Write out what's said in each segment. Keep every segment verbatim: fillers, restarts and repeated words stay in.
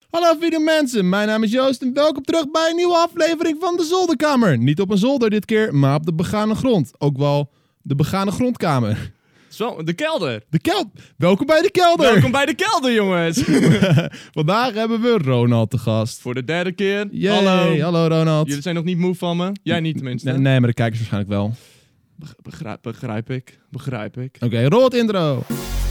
Hallo videomensen, mijn naam is Joost en welkom terug bij een nieuwe aflevering van de Zolderkamer. Niet op een zolder dit keer, maar op de begane grond. Ook wel de begane grondkamer. Zo, de kelder. De kelder. Welkom bij de kelder. Welkom bij de kelder, jongens. Vandaag hebben we Ronald te gast. Voor de derde keer. Yay, Hallo. Hallo Ronald. Jullie zijn nog niet moe van me? Jij niet tenminste. Nee, nee maar de kijkers waarschijnlijk wel. Beg- Begrijp, begrijp ik. Begrijp ik. Oké, okay, rol het intro.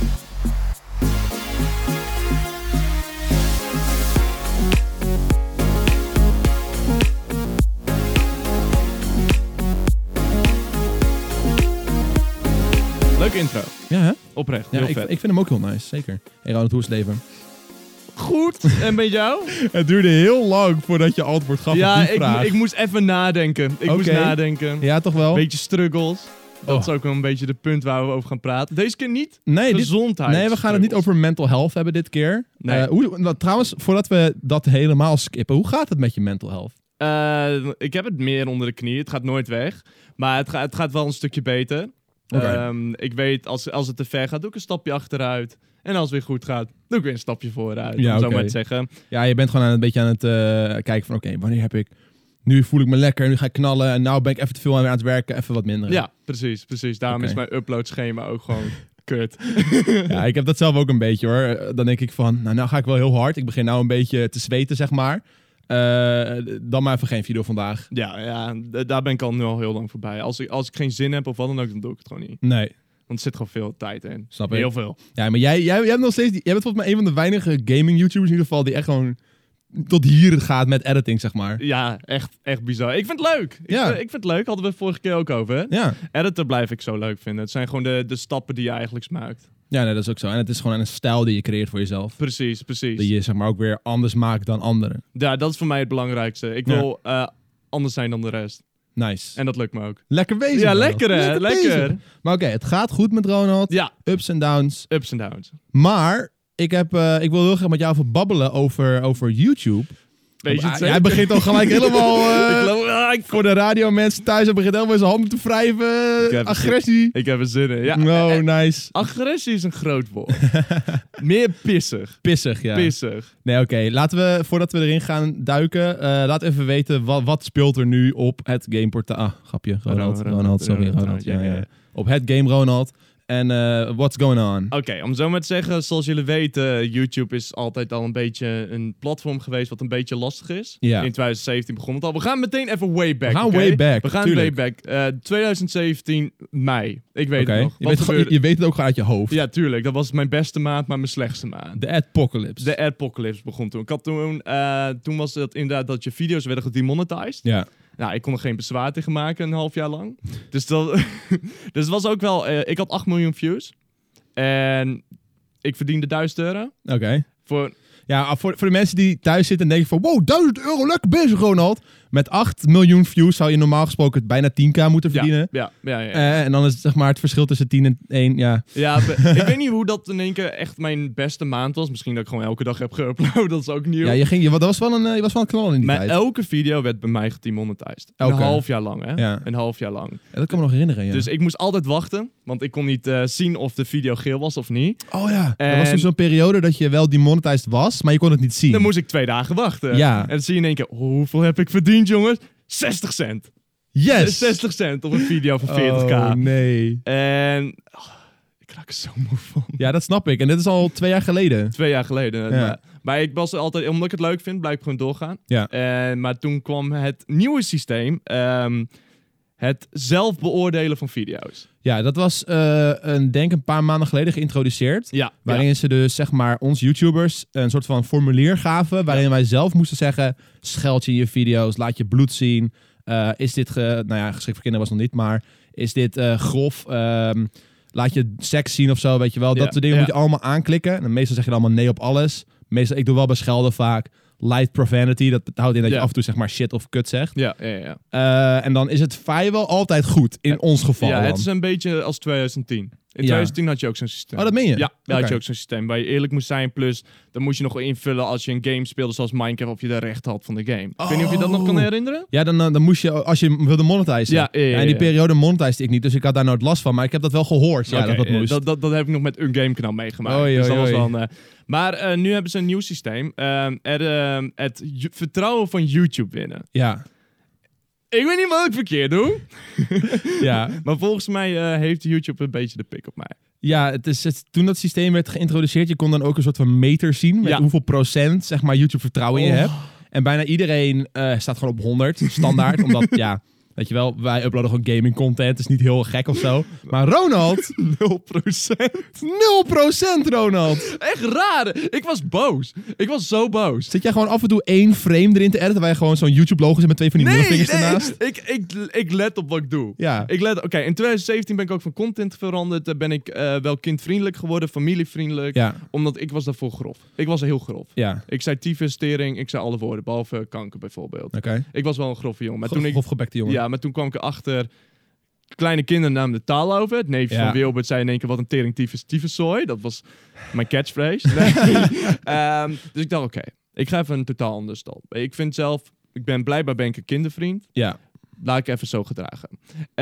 Leuke intro. Ja, hè? Oprecht. Ja, heel ik, vet. ik vind hem ook heel nice, zeker. Hey Ronald, hoe is het leven? Goed. En met jou? Het duurde heel lang voordat je antwoord gaf ja, op die ik, vraag. ik moest even nadenken. Ik Oké. moest nadenken. Ja, toch wel? Beetje struggles. Dat Oh. is ook wel een beetje de punt waar we over gaan praten. Deze keer niet Nee, dit, gezondheid. nee, we gaan het niet over mental health hebben dit keer. Nee. Uh, hoe, nou, trouwens, voordat we dat helemaal skippen, hoe gaat het met je mental health? Uh, ik heb het meer onder de knie. Het gaat nooit weg. Maar het, ga, het gaat wel een stukje beter. Okay. Um, ik weet, als, als het te ver gaat, doe ik een stapje achteruit. En als het weer goed gaat, doe ik weer een stapje vooruit. Ja, om zo okay. maar te zeggen. Ja, je bent gewoon aan, een beetje aan het uh, kijken van, oké, okay, wanneer heb ik... Nu voel ik me lekker, nu ga ik knallen en nou ben ik even te veel aan het werken, even wat minder. Ja, precies, precies. Daarom okay. is mijn uploadschema ook gewoon kut. Ja, ik heb dat zelf ook een beetje hoor. Dan denk ik van, nou, nou ga ik wel heel hard. Ik begin nou een beetje te zweten, zeg maar. Uh, dan maar even geen video vandaag. Ja, ja, d- daar ben ik al nu al heel lang voorbij. Als ik, als ik geen zin heb of wat dan ook, dan doe ik het gewoon niet. Nee. Want er zit gewoon veel tijd in. Snap ik. Heel veel. Ja, maar jij, jij, jij hebt nog steeds... Die, jij bent volgens mij een van de weinige gaming-YouTubers in ieder geval die echt gewoon tot hier gaat met editing, zeg maar. Ja, echt, echt bizar. Ik vind het leuk. Ik, Ja. vind, ik vind het leuk. Hadden we het vorige keer ook over, hè? Ja. Editor blijf ik zo leuk vinden. Het zijn gewoon de, de stappen die je eigenlijk smaakt. Ja, nee, dat is ook zo. En het is gewoon een stijl die je creëert voor jezelf. Precies, precies. Die je zeg maar ook weer anders maakt dan anderen. Ja, dat is voor mij het belangrijkste. Ik Ja. wil uh, anders zijn dan de rest. Nice. En dat lukt me ook. Lekker bezig. Ja, Ronald. lekker hè? Lekker Lekker. bezig. Maar oké, okay, het gaat goed met Ronald. Ja, Ups en downs. ups en downs. Maar ik, heb, uh, ik wil heel graag met jou even babbelen over, over YouTube. Weet je het Ah, zeker? Jij begint al gelijk helemaal... Uh, ik geloof, ah, ik, voor de radiomensen thuis, hij begint helemaal in zijn handen te wrijven. Ik heb- Agressie. ik heb er zin in. Ja, Oh, eh, nice. agressie is een groot woord. Meer pissig. Pissig, ja. Pissig. Nee, oké. Okay. Laten we, voordat we erin gaan duiken, uh, laat even weten wat, wat speelt er nu op het gameportaal. Ah, grapje. Ronald, Ronald, Ronald, sorry, Ronald, Ronald. ja, Ja, ja. ja. Op het game Ronald. En uh, what's going on? Oké, okay, om zo maar te zeggen, zoals jullie weten, YouTube is altijd al een beetje een platform geweest wat een beetje lastig is. Ja. In twintig zeventien begon het al. We gaan meteen even way back. We gaan okay? way back, We gaan tuurlijk. way back. Uh, twintig zeventien mei. Ik weet Okay. het nog. Je, Wat weet, gewoon- gebeurde- je weet het ook gewoon uit je hoofd. Ja, tuurlijk. Dat was mijn beste maand, maar mijn slechtste maand. De Adpocalypse. De Adpocalypse begon toen. Ik had toen, uh, toen was het inderdaad dat je video's werden gedemonetized. Ja. Nou, ik kon er geen bezwaar tegen maken een half jaar lang. Dus dat dus het was ook wel... Uh, ik had acht miljoen views. En ik verdiende duizend euro. Oké. Okay. Voor... Ja, voor, voor de mensen die thuis zitten en denken van... Wow, duizend euro, lekker bezig, Ronald. Met acht miljoen views zou je normaal gesproken bijna tien k moeten verdienen. Ja, ja, ja. ja. Uh, en dan is het zeg maar het verschil tussen tien en één, ja. Ja, be- ik weet niet hoe dat in één keer echt mijn beste maand was. Misschien dat ik gewoon elke dag heb geüpload. Dat is ook nieuw. Ja, je, ging, je, dat was wel een, uh, je was wel een knal in die maar tijd. elke video werd bij mij gedemonetized. Elke. Een half jaar lang, hè? Ja. Een half jaar lang. Ja, dat kan me nog herinneren, ja. Dus ik moest altijd wachten. Want ik kon niet uh, zien of de video geel was of niet. Oh ja, En- er was dus zo'n periode dat je wel demonetized was, maar je kon het niet zien. Dan moest ik twee dagen wachten. Ja. En dan zie je in één keer, hoeveel heb ik verdiend, jongens? zestig cent. Yes! zestig cent op een video van veertig k. Oh, nee. En oh, ik raak er zo moe van. Ja, dat snap ik. En dit is al twee jaar geleden. Twee jaar geleden. Ja. Maar, maar ik was altijd, omdat ik het leuk vind, blijf ik gewoon doorgaan. Ja. En, maar toen kwam het nieuwe systeem. Um, het zelf beoordelen van video's. Ja, dat was uh, een, denk een paar maanden geleden geïntroduceerd. Ja. Waarin ja. ze dus, zeg maar, ons YouTubers een soort van formulier gaven. Waarin ja. wij zelf moesten zeggen, scheld je in je video's, laat je bloed zien. Uh, is dit, ge, nou ja, geschikt voor kinderen was nog niet, maar is dit uh, grof? Um, laat je seks zien of zo, weet je wel. Dat ja. soort dingen ja. moet je allemaal aanklikken. En meestal zeg je dan allemaal nee op alles. Meestal, ik doe wel bij schelden vaak light profanity. Dat houdt in dat ja. je af en toe zeg maar shit of kut zegt. Ja, ja, ja. Uh, en dan is het vrijwel altijd goed, in ons geval Ja, dan. het is een beetje als twintig tien. In twintig tien had je ook zo'n systeem. Oh, dat meen je? Ja, daar okay. had je ook zo'n systeem waar je eerlijk moest zijn. Plus, dan moest je nog invullen als je een game speelde zoals Minecraft of je de rechten had van de game. Oh. Ik weet niet of je dat nog kan herinneren? Ja, dan, dan moest je, als je wilde monetizen. Ja, ja, ja, ja. En die periode monetized ik niet, dus ik had daar nooit last van. Maar ik heb dat wel gehoord, ja, Okay, dat dat moest. Dat, dat, dat heb ik nog met een gamekanaal meegemaakt. Oei, dus dat oei, was wel oei. een, uh, maar uh, nu hebben ze een nieuw systeem. Uh, er, uh, het ju- vertrouwen van YouTube winnen. Ja. Ik weet niet wat ik verkeerd doe. Ja. Maar volgens mij uh, heeft YouTube een beetje de pik op mij. Ja, het is, het, toen dat systeem werd geïntroduceerd, je kon dan ook een soort van meter zien met Ja. hoeveel procent, zeg maar, YouTube vertrouwen in je Oh. hebt. En bijna iedereen uh, staat gewoon op honderd, standaard. Omdat, ja, weet je wel, wij uploaden gewoon gaming content. Het is niet heel gek of zo. Maar Ronald, nul procent. nul procent Ronald. Echt raar. Ik was boos. Ik was zo boos. Zit jij gewoon af en toe één frame erin te editen, waar je gewoon zo'n YouTube-logo zit met twee van die Nee, middelvingers nee. ernaast? Ik, ik, ik let op wat ik doe. Ja. Ik let, Oké, in twintig zeventien ben ik ook van content veranderd. Uh, ben ik uh, wel kindvriendelijk geworden, familievriendelijk. Ja, Omdat ik was daarvoor grof. Ik was heel grof. ja. Ik zei tyfustering, ik zei alle woorden, behalve kanker bijvoorbeeld. Oké. Ik was wel een grove jongen. Maar Grof, toen ik, grof gebekte jongen. ja, maar toen kwam ik erachter... Kleine kinderen namen de taal over. Het neefje Ja. van Wilbert zei in één keer wat een tering tyfus tyfuszooi. Dat was mijn catchphrase. Nee. Ehm, dus ik dacht, oké, ik ga even een totaal ander stal. Ik vind zelf, ik ben blijkbaar ben ik een kindervriend. Ja. Laat ik even zo gedragen.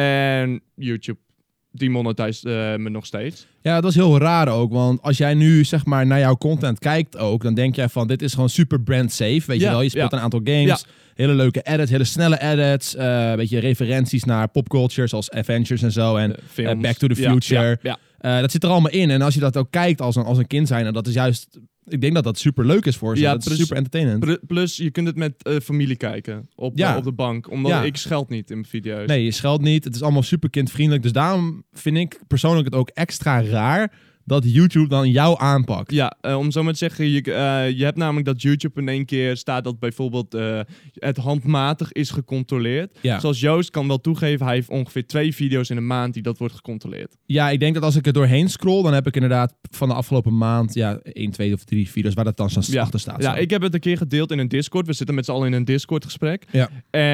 En YouTube, die monetiseert uh, me nog steeds. Ja, dat was heel raar ook, want als jij nu zeg maar naar jouw content kijkt ook, dan denk jij van dit is gewoon super brand safe, weet Ja, je wel. Je speelt ja. een aantal games, Ja. hele leuke edits, hele snelle edits, uh, een beetje referenties naar popculture zoals Avengers en zo en Uh, films. uh, Back to the Ja, Future. Ja, ja. Uh, dat zit er allemaal in en als je dat ook kijkt als een, als een kind zijn, en dat is juist, ik denk dat dat super leuk is voor ze. Ja, dat is precies. super entertainend. Pr- Plus, je kunt het met uh, familie kijken. Op, Ja. uh, op de bank. Omdat Ja. ik scheld niet in mijn video's. Nee, je scheldt niet. Het is allemaal super kindvriendelijk. Dus daarom vind ik persoonlijk het ook extra raar dat YouTube dan jou aanpakt. Ja, uh, om zo maar te zeggen, je, uh, je hebt namelijk dat YouTube in één keer staat dat bijvoorbeeld uh, het handmatig is gecontroleerd. Ja. Zoals Joost kan wel toegeven, hij heeft ongeveer twee video's in een maand die dat wordt gecontroleerd. Ja, ik denk dat als ik er doorheen scroll, dan heb ik inderdaad van de afgelopen maand ja, één, twee of drie video's waar dat dan zo Ja. achter staat. Ja, zo. ik heb het een keer gedeeld in een Discord. We zitten met z'n allen in een Discord gesprek. Ja.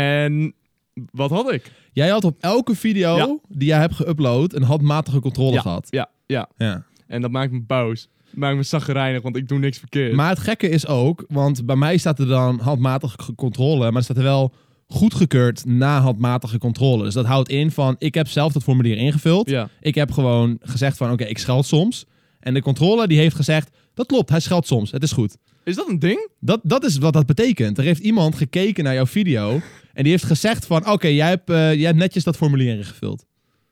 En wat had ik? Jij had op elke video Ja. die jij hebt geüpload een handmatige controle Ja. gehad. Ja, ja. Ja. En dat maakt me boos. Maakt me chagrijnig, want ik doe niks verkeerd. Maar het gekke is ook, want bij mij staat er dan handmatige controle, maar er staat er wel goedgekeurd na handmatige controle. Dus dat houdt in van, ik heb zelf dat formulier ingevuld. Ja. Ik heb gewoon gezegd van, oké, ik scheld soms. En de controle die heeft gezegd, dat klopt, hij scheldt soms, het is goed. Is dat een ding? Dat, dat is wat dat betekent. Er heeft iemand gekeken naar jouw video en die heeft gezegd van, oké, jij, hebt, uh, jij hebt netjes dat formulier ingevuld.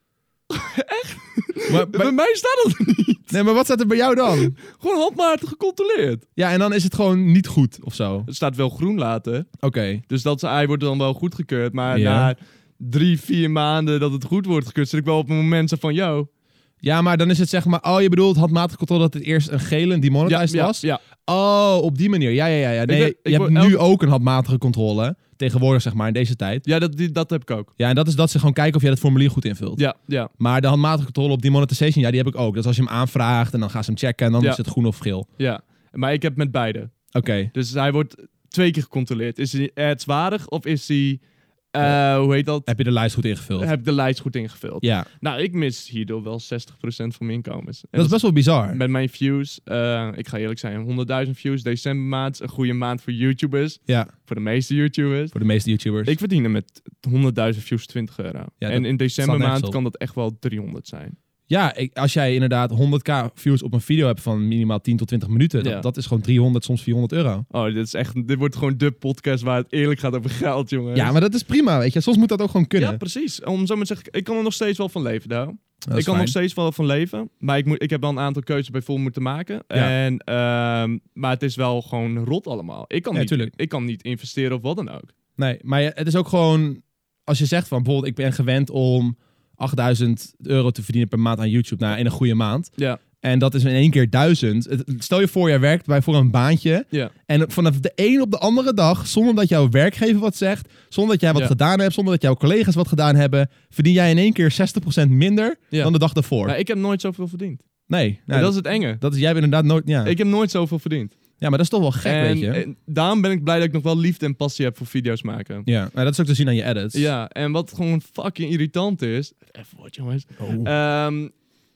Echt? Maar, Bij maar, mij staat dat niet. nee, maar wat staat er bij jou dan? Gewoon handmatig gecontroleerd. Ja, en dan is het gewoon niet goed of zo. Het staat wel groen laten. Oké. Dus dat hij wordt dan wel goedgekeurd. Maar Ja. na drie, vier maanden dat het goed wordt gekeurd, zit ik wel op een moment zo van, yo. Ja, maar dan is het zeg maar, oh, je bedoelt handmatige controle dat het eerst een gele demonetized ja, was? ja. Oh, op die manier. Ja, ja, ja. ja. Nee, ben- ik je hebt word nu elke- ook een handmatige controle. Tegenwoordig, zeg maar, in deze tijd. Ja, dat, die, dat heb ik ook. Ja, en dat is dat ze gewoon kijken of jij het formulier goed invult. Ja, ja. Maar de handmatige controle op demonetization, ja, die heb ik ook. Dus als je hem aanvraagt en dan gaan ze hem checken en dan Ja. is het groen of geel. Ja. Maar ik heb met beide. Oké. Dus hij wordt twee keer gecontroleerd. Is hij adswaardig of is hij, uh, hoe heet dat? Heb je de lijst goed ingevuld? Heb ik de lijst goed ingevuld? Ja. Nou, ik mis hierdoor wel zestig procent van mijn inkomens. En Dat is best wel bizar. met mijn views, uh, ik ga eerlijk zijn, honderdduizend views december maand, een goede maand voor YouTubers, Ja, voor de meeste YouTubers. voor de meeste YouTubers. Ik verdien er met honderdduizend views twintig euro. Ja, en dat in december staat nergens maand op. kan dat echt wel driehonderd zijn. Ja, ik, als jij inderdaad honderd k views op een video hebt van minimaal tien tot twintig minuten, Ja. dat, dat is gewoon driehonderd, soms vierhonderd euro. Oh, dit is echt, dit wordt gewoon de podcast waar het eerlijk gaat over geld, jongen. Ja, maar dat is prima, weet je. Soms moet dat ook gewoon kunnen. Ja, precies. Om zo maar te zeggen, ik kan er nog steeds wel van leven, daar. Dat Ik is kan fijn. nog steeds wel van leven, maar ik, moet, ik heb wel een aantal keuzes bij vol moeten maken. Ja. En, ehm, maar het is wel gewoon rot allemaal. Ik kan, Ja, niet, tuurlijk. ik kan niet investeren of wat dan ook. Nee, maar je- het is ook gewoon, als je zegt van bijvoorbeeld, ik ben gewend om achtduizend euro te verdienen per maand aan YouTube, nou, in een goede maand. Ja, En dat is in één keer duizend. Het- Stel je voor, jij werkt bij voor een baantje. ja. En vanaf de een op de andere dag, zonder dat jouw werkgever wat zegt, zonder dat jij wat Ja. gedaan hebt, zonder dat jouw collega's wat gedaan hebben, verdien jij in één keer zestig procent minder Ja. dan de dag daarvoor. Maar ik heb nooit zoveel verdiend. Nee, En nou, dat dat, is het enge. dat is jij hebt inderdaad nooit. Ja. Ik heb nooit zoveel verdiend. ja, maar dat is toch wel gek, en, weet je. en daarom ben ik blij dat ik nog wel liefde en passie heb voor video's maken. Ja, maar dat is ook te zien aan je edits. Ja, en wat gewoon fucking irritant is... Even wat, jongens. Oh. Ehm,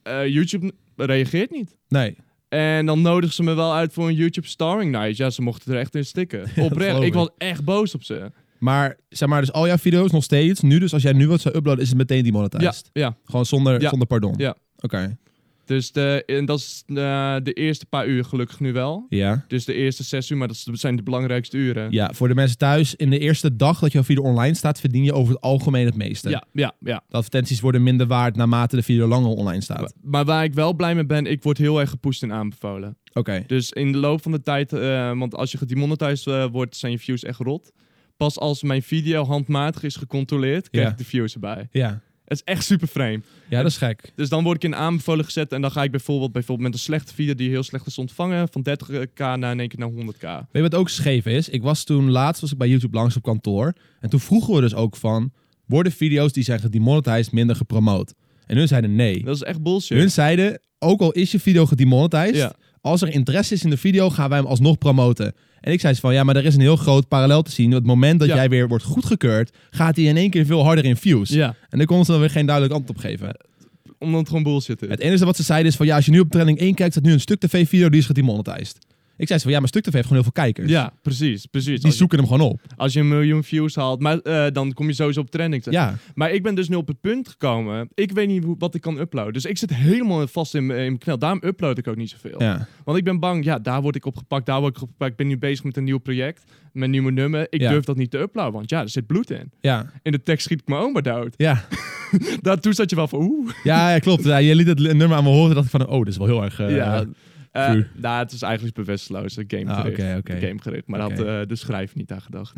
uh, YouTube reageert niet. Nee. En dan nodigen ze me wel uit voor een YouTube Starring Night. Ja, ze mochten er echt in stikken. Ja, Oprecht, ik ik. was echt boos op ze. Maar zeg maar, dus al jouw video's nog steeds, nu dus als jij nu wat zou uploaden, is het meteen demonetized? Ja, ja. Gewoon zonder, Ja. zonder pardon? Ja. Oké. Okay. Dus de, en dat is uh, de eerste paar uur gelukkig nu wel. Ja. Dus de eerste zes uur, maar dat zijn de belangrijkste uren. Ja, voor de mensen thuis, in de eerste dag dat jouw video online staat, verdien je over het algemeen het meeste. Ja, ja, ja. De advertenties worden minder waard naarmate de video langer online staat. Maar, maar waar ik wel blij mee ben, ik word heel erg gepusht en aanbevolen. Oké. Okay. Dus in de loop van de tijd, uh, want als je gedemonetized uh, wordt, zijn je views echt rot. Pas als mijn video handmatig is gecontroleerd, krijg ja. ik de views erbij. Ja. Het is echt super vreemd. Ja, dat is gek. Dus dan word ik in aanbevolen gezet en dan ga ik bijvoorbeeld, bijvoorbeeld met een slechte video die heel slecht is ontvangen, van dertig k naar in één keer naar honderd k. Weet je wat ook scheef is? Ik was toen laatst was ik bij YouTube langs op kantoor. En toen vroegen we dus ook van, worden video's die zijn gedemonetized minder gepromoot? En hun zeiden nee. Dat is echt bullshit. Hun zeiden, ook al is je video gedemonetized, Ja. als er interesse is in de video, gaan wij hem alsnog promoten. En ik zei van, ja, maar er is een heel groot parallel te zien. Op het moment dat Ja. jij weer wordt goedgekeurd, gaat hij in één keer veel harder in views. Ja. En daar konden ze dan weer geen duidelijk antwoord op geven. Omdat het gewoon bullshit is. Het enige wat ze zeiden is van, ja, als je nu op trending één kijkt, staat nu een Stuk T V-video, die is gedemonetized. Ik zei ze van, ja, maar Stuk T V heeft gewoon heel veel kijkers. Ja, precies. precies. Die Als je, zoeken hem gewoon op. als je een miljoen views haalt, maar, uh, dan kom je sowieso op trending. Ja. Maar ik ben dus nu op het punt gekomen. Ik weet niet hoe, wat ik kan uploaden. Dus ik zit helemaal vast in, in mijn knel. Daarom upload ik ook niet zoveel. Ja. Want ik ben bang, ja, daar word ik op gepakt. Daar word ik opgepakt. Ik ben nu bezig met een nieuw project. Met een nieuwe nummer. Ik Ja. durf dat niet te uploaden. Want ja, er zit bloed in. Ja. In de tekst schiet ik mijn oma dood. Ja. Daartoe zat je wel van, oeh. Ja, ja, klopt. Ja, je liet het nummer aan me horen en dacht ik van, oh, dit is wel heel erg... Uh, ja. Uh, vuur. nou, het is eigenlijk bewusteloos. Gamegericht. Ah, oké, oké. Gamegericht. Maar Oké. daar had uh, de schrijver niet aan gedacht.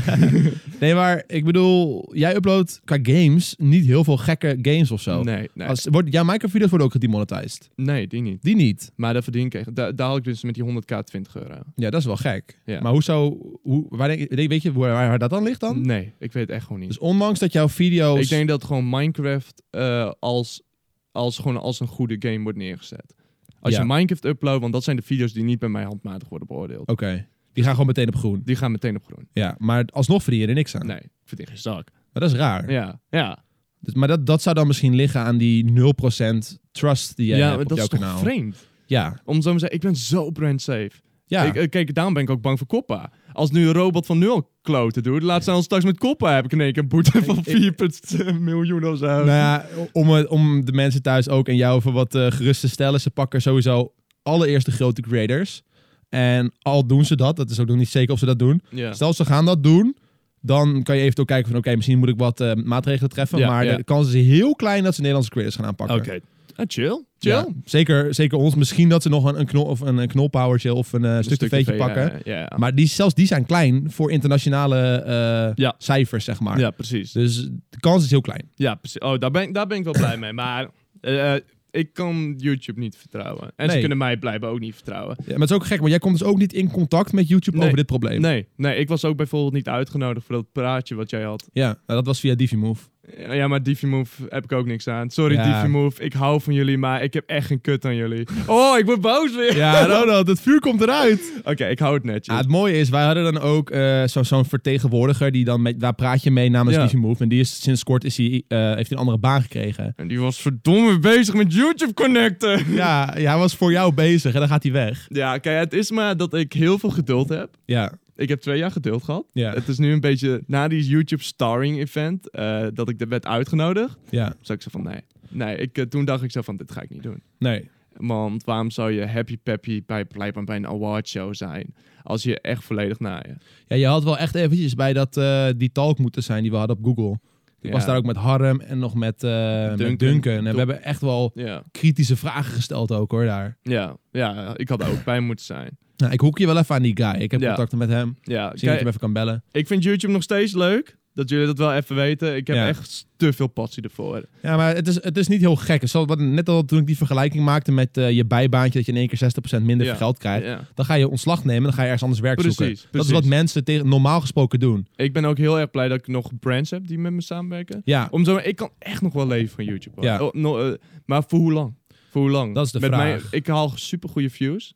Nee, maar ik bedoel, jij uploadt qua games niet heel veel gekke games of zo. Nee, nee. Als, wordt, jouw Minecraft-video's worden ook gedemonetized. Nee, die niet. Die niet. Maar daar verdien ik echt. Daar, daar haal ik dus met die honderd k twintig euro. Ja, dat is wel gek. Ja. Maar hoe zou... Hoe, waar denk, je- weet je waar, waar dat dan ligt dan? Nee, ik weet het echt gewoon niet. Dus ondanks dat jouw video's... Ik denk dat gewoon Minecraft uh, als, als, gewoon als een goede game wordt neergezet. Als Ja. je Minecraft uploadt, want dat zijn de video's die niet bij mij handmatig worden beoordeeld. Oké. Die gaan gewoon meteen op groen. Die gaan meteen op groen. Ja, maar alsnog verdien je er niks aan. Nee, ik vind het geen zak. Maar dat is raar. Ja, ja. Dus, maar dat, dat zou dan misschien liggen aan die nul procent trust die jij ja, hebt maar op dat jouw is toch kanaal. vreemd. Ja. Om zo te zeggen, ik ben zo brand safe. Ja. Ik, ik- kijk, daarom ben ik ook bang voor Koppa. Als nu een robot van nul kloten doet, laat ze dan straks met Koppa heb ik in één keer een boete van vier miljoen of zo. Nou ja, om, het- om de mensen thuis ook en jou voor wat uh, gerust te stellen. Ze pakken sowieso allereerst de grote creators. En al doen ze dat, dat is ook nog niet zeker of ze dat doen. Ja. Stel ze gaan dat doen, dan kan je eventueel kijken van oké, misschien moet ik wat uh, maatregelen treffen. Ja, maar ja. de kans is heel klein dat ze Nederlandse creators gaan aanpakken. Oké. Ah, chill. Chill. Ja, zeker, zeker ons. Misschien dat ze nog een, een, knol, of een, een knolpowertje of een uh, Een stuk stuk tv'tje tv, pakken. Ja, ja, ja. Maar die, zelfs die zijn klein voor internationale uh, Ja. cijfers, zeg maar. Ja, precies. Dus de kans is heel klein. Ja, precies. Oh, daar ben, ik- daar ben ik wel blij mee. Maar uh, ik kan YouTube niet vertrouwen. En ze Nee. kunnen mij blijkbaar ook niet vertrouwen. Ja, maar het is ook gek, want jij komt dus ook niet in contact met YouTube Nee. over dit probleem. Nee, nee, ik was ook bijvoorbeeld niet uitgenodigd voor dat praatje wat jij had. Ja, nou, dat was via Divimove. Ja, maar Divimove heb ik ook niks aan. Sorry, Ja. Divimove. Ik hou van jullie, maar ik heb echt geen kut aan jullie. Oh, ik word boos weer. Ja, Ronald, het vuur komt eruit. Oké, ik hou het netjes. Ja, het mooie is, wij hadden dan ook uh, zo, zo'n vertegenwoordiger, die dan met, daar praat je mee namens Ja. Divimove. En die is sinds kort is hij, uh, heeft hij een andere baan gekregen. En die was verdomme bezig met YouTube connecten. Ja, ja, hij was voor jou bezig en dan gaat hij weg. Ja, kijk, het is maar dat ik heel veel geduld heb. Ja, Ik heb twee jaar geduld gehad. ja, Het is nu een beetje na die YouTube starring event uh, dat ik er werd uitgenodigd. ja. Zou ik zo van nee. Nee, ik, uh, toen dacht ik zo van dit ga ik niet doen. Nee. Want waarom zou je happy peppy bij, blijkbaar bij een awardshow zijn als je echt volledig na je? Ja, je had wel echt eventjes bij dat, uh, die talk moeten zijn die we hadden op Google. Ik Ja. was daar ook met Harm en nog met, uh, Duncan. met Duncan. En Top. we hebben echt wel Ja, kritische vragen gesteld ook hoor, daar. ja, ja, ik had er ook bij moeten zijn. Nou, ik hoek je wel even aan die guy. Ik heb Ja. contacten met hem. Ja, Misschien dat je kijk, hem even kan bellen. ik vind YouTube nog steeds leuk. Dat jullie dat wel even weten. Ik heb Ja. echt te veel passie ervoor. Ja, maar het is, het is niet heel gek. Zoals wat, net al toen ik die vergelijking maakte met uh, je bijbaantje, dat je in één keer zestig procent minder Ja. geld krijgt. Ja. Dan ga je ontslag nemen, dan ga je ergens anders werk Precies, zoeken. Dat precies. is wat mensen tegen, normaal gesproken doen. Ik ben ook heel erg blij dat ik nog brands heb die met me samenwerken. Ja, Om zo, ik kan echt nog wel leven van YouTube. hoor. Ja. Oh, no, uh, maar voor hoe lang? Voor hoe lang? Dat is de Met vraag. Mij, ik haal super goede views.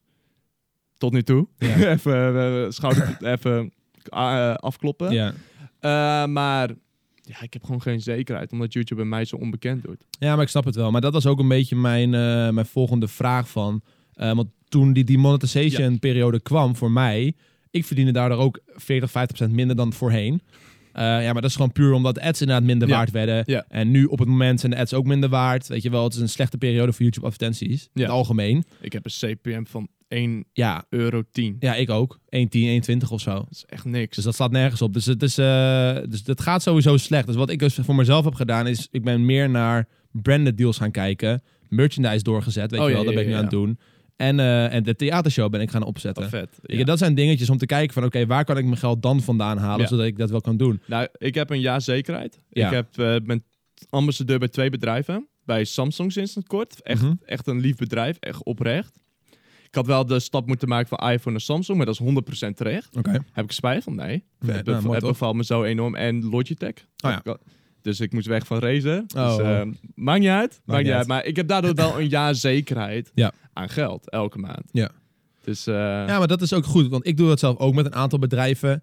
Tot nu toe. Ja. even uh, schouder even uh, afkloppen. ja. Uh, maar Ja, ik heb gewoon geen zekerheid, omdat YouTube bij mij zo onbekend doet. Ja, maar ik snap het wel. Maar dat was ook een beetje mijn, uh, mijn volgende vraag van... Uh, want toen die demonetization ja. periode kwam voor mij... Ik verdiende daardoor ook veertig, vijftig procent minder dan voorheen. Uh, ja, maar dat is gewoon puur omdat de ads inderdaad minder ja. waard werden. Ja. En nu op het moment zijn de ads ook minder waard. Weet je wel, het is een slechte periode voor YouTube advertenties. Ja. In het algemeen. Ik heb een C P M van één ja. euro tien. Ja, ik ook. één tien, één twintig of zo. Dat is echt niks. Dus dat slaat nergens op. Dus het, is, uh, dus het gaat sowieso slecht. Dus wat ik dus voor mezelf heb gedaan is... Ik ben meer naar branded deals gaan kijken. Merchandise doorgezet, weet oh, je wel. Ja, dat ben ik ja, nu ja. aan het doen. En, uh, en de theatershow ben ik gaan opzetten. Oh, vet. Ja. Ja. Dat zijn dingetjes om te kijken van... Oké, okay, waar kan ik mijn geld dan vandaan halen... Ja. zodat ik dat wel kan doen? Nou, ik heb een jaar zekerheid. Ja. Ik heb, uh, ben ambassadeur bij twee bedrijven. Bij Samsung sinds het kort. Echt, Mm-hmm. echt een lief bedrijf. Echt oprecht. Ik had wel de stap moeten maken van iPhone naar Samsung, maar dat is honderd procent terecht. Okay. Heb ik spijt van? Nee. nee het nou, bev- het bevalt me zo enorm. En Logitech. Oh, ja. Dus ik moest weg van Razer. Oh. Dus, uh, maakt niet uit. Maakt niet uit. uit. Maar ik heb daardoor wel een jaar zekerheid ja. aan geld elke maand. Ja. Dus, uh... ja, maar dat is ook goed. Want ik doe dat zelf ook met een aantal bedrijven.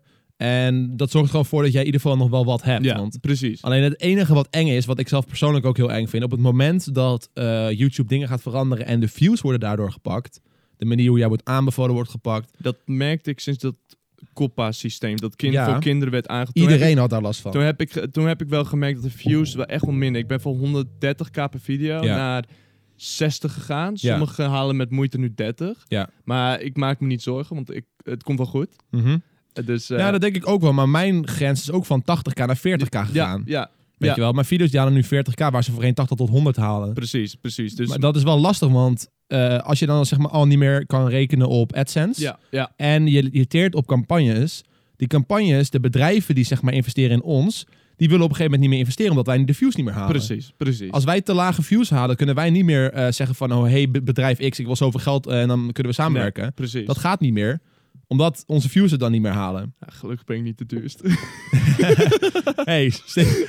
En dat zorgt gewoon voor dat jij in ieder geval nog wel wat hebt. Ja, want precies. Alleen het enige wat eng is, wat ik zelf persoonlijk ook heel eng vind. Op het moment dat uh, YouTube dingen gaat veranderen en de views worden daardoor gepakt. De manier hoe jij wordt aanbevolen wordt gepakt. Dat merkte ik sinds dat Coppa-systeem, dat kind, ja. voor kinderen werd aangetoond. Iedereen had daar last van. Toen heb, ik, toen heb ik wel gemerkt dat de views wel echt wel minder. Ik ben van honderddertig k per video ja. naar zestig gegaan. Sommigen ja. halen met moeite nu dertig. Ja. Maar ik maak me niet zorgen, want ik, het komt wel goed. Mm-hmm. Dus, uh, ja, dat denk ik ook wel. Maar mijn grens is ook van tachtig k naar veertig k gegaan. Ja, ja. Weet ja. je wel, mijn video's die halen nu veertig k, waar ze voorheen tachtig tot honderd halen. Precies, precies. Dus... Maar dat is wel lastig, want uh, als je dan zeg maar al niet meer kan rekenen op AdSense ja, ja. en je irriteert op campagnes, die campagnes, de bedrijven die zeg maar investeren in ons, die willen op een gegeven moment niet meer investeren, omdat wij de views niet meer halen. Precies, precies. Als wij te lage views halen, kunnen wij niet meer uh, zeggen van, oh hey bedrijf X, ik wil zoveel geld uh, en dan kunnen we samenwerken. Nee, precies. Dat gaat niet meer, omdat onze views het dan niet meer halen. Ja, gelukkig ben ik niet de duurste. Hey, st-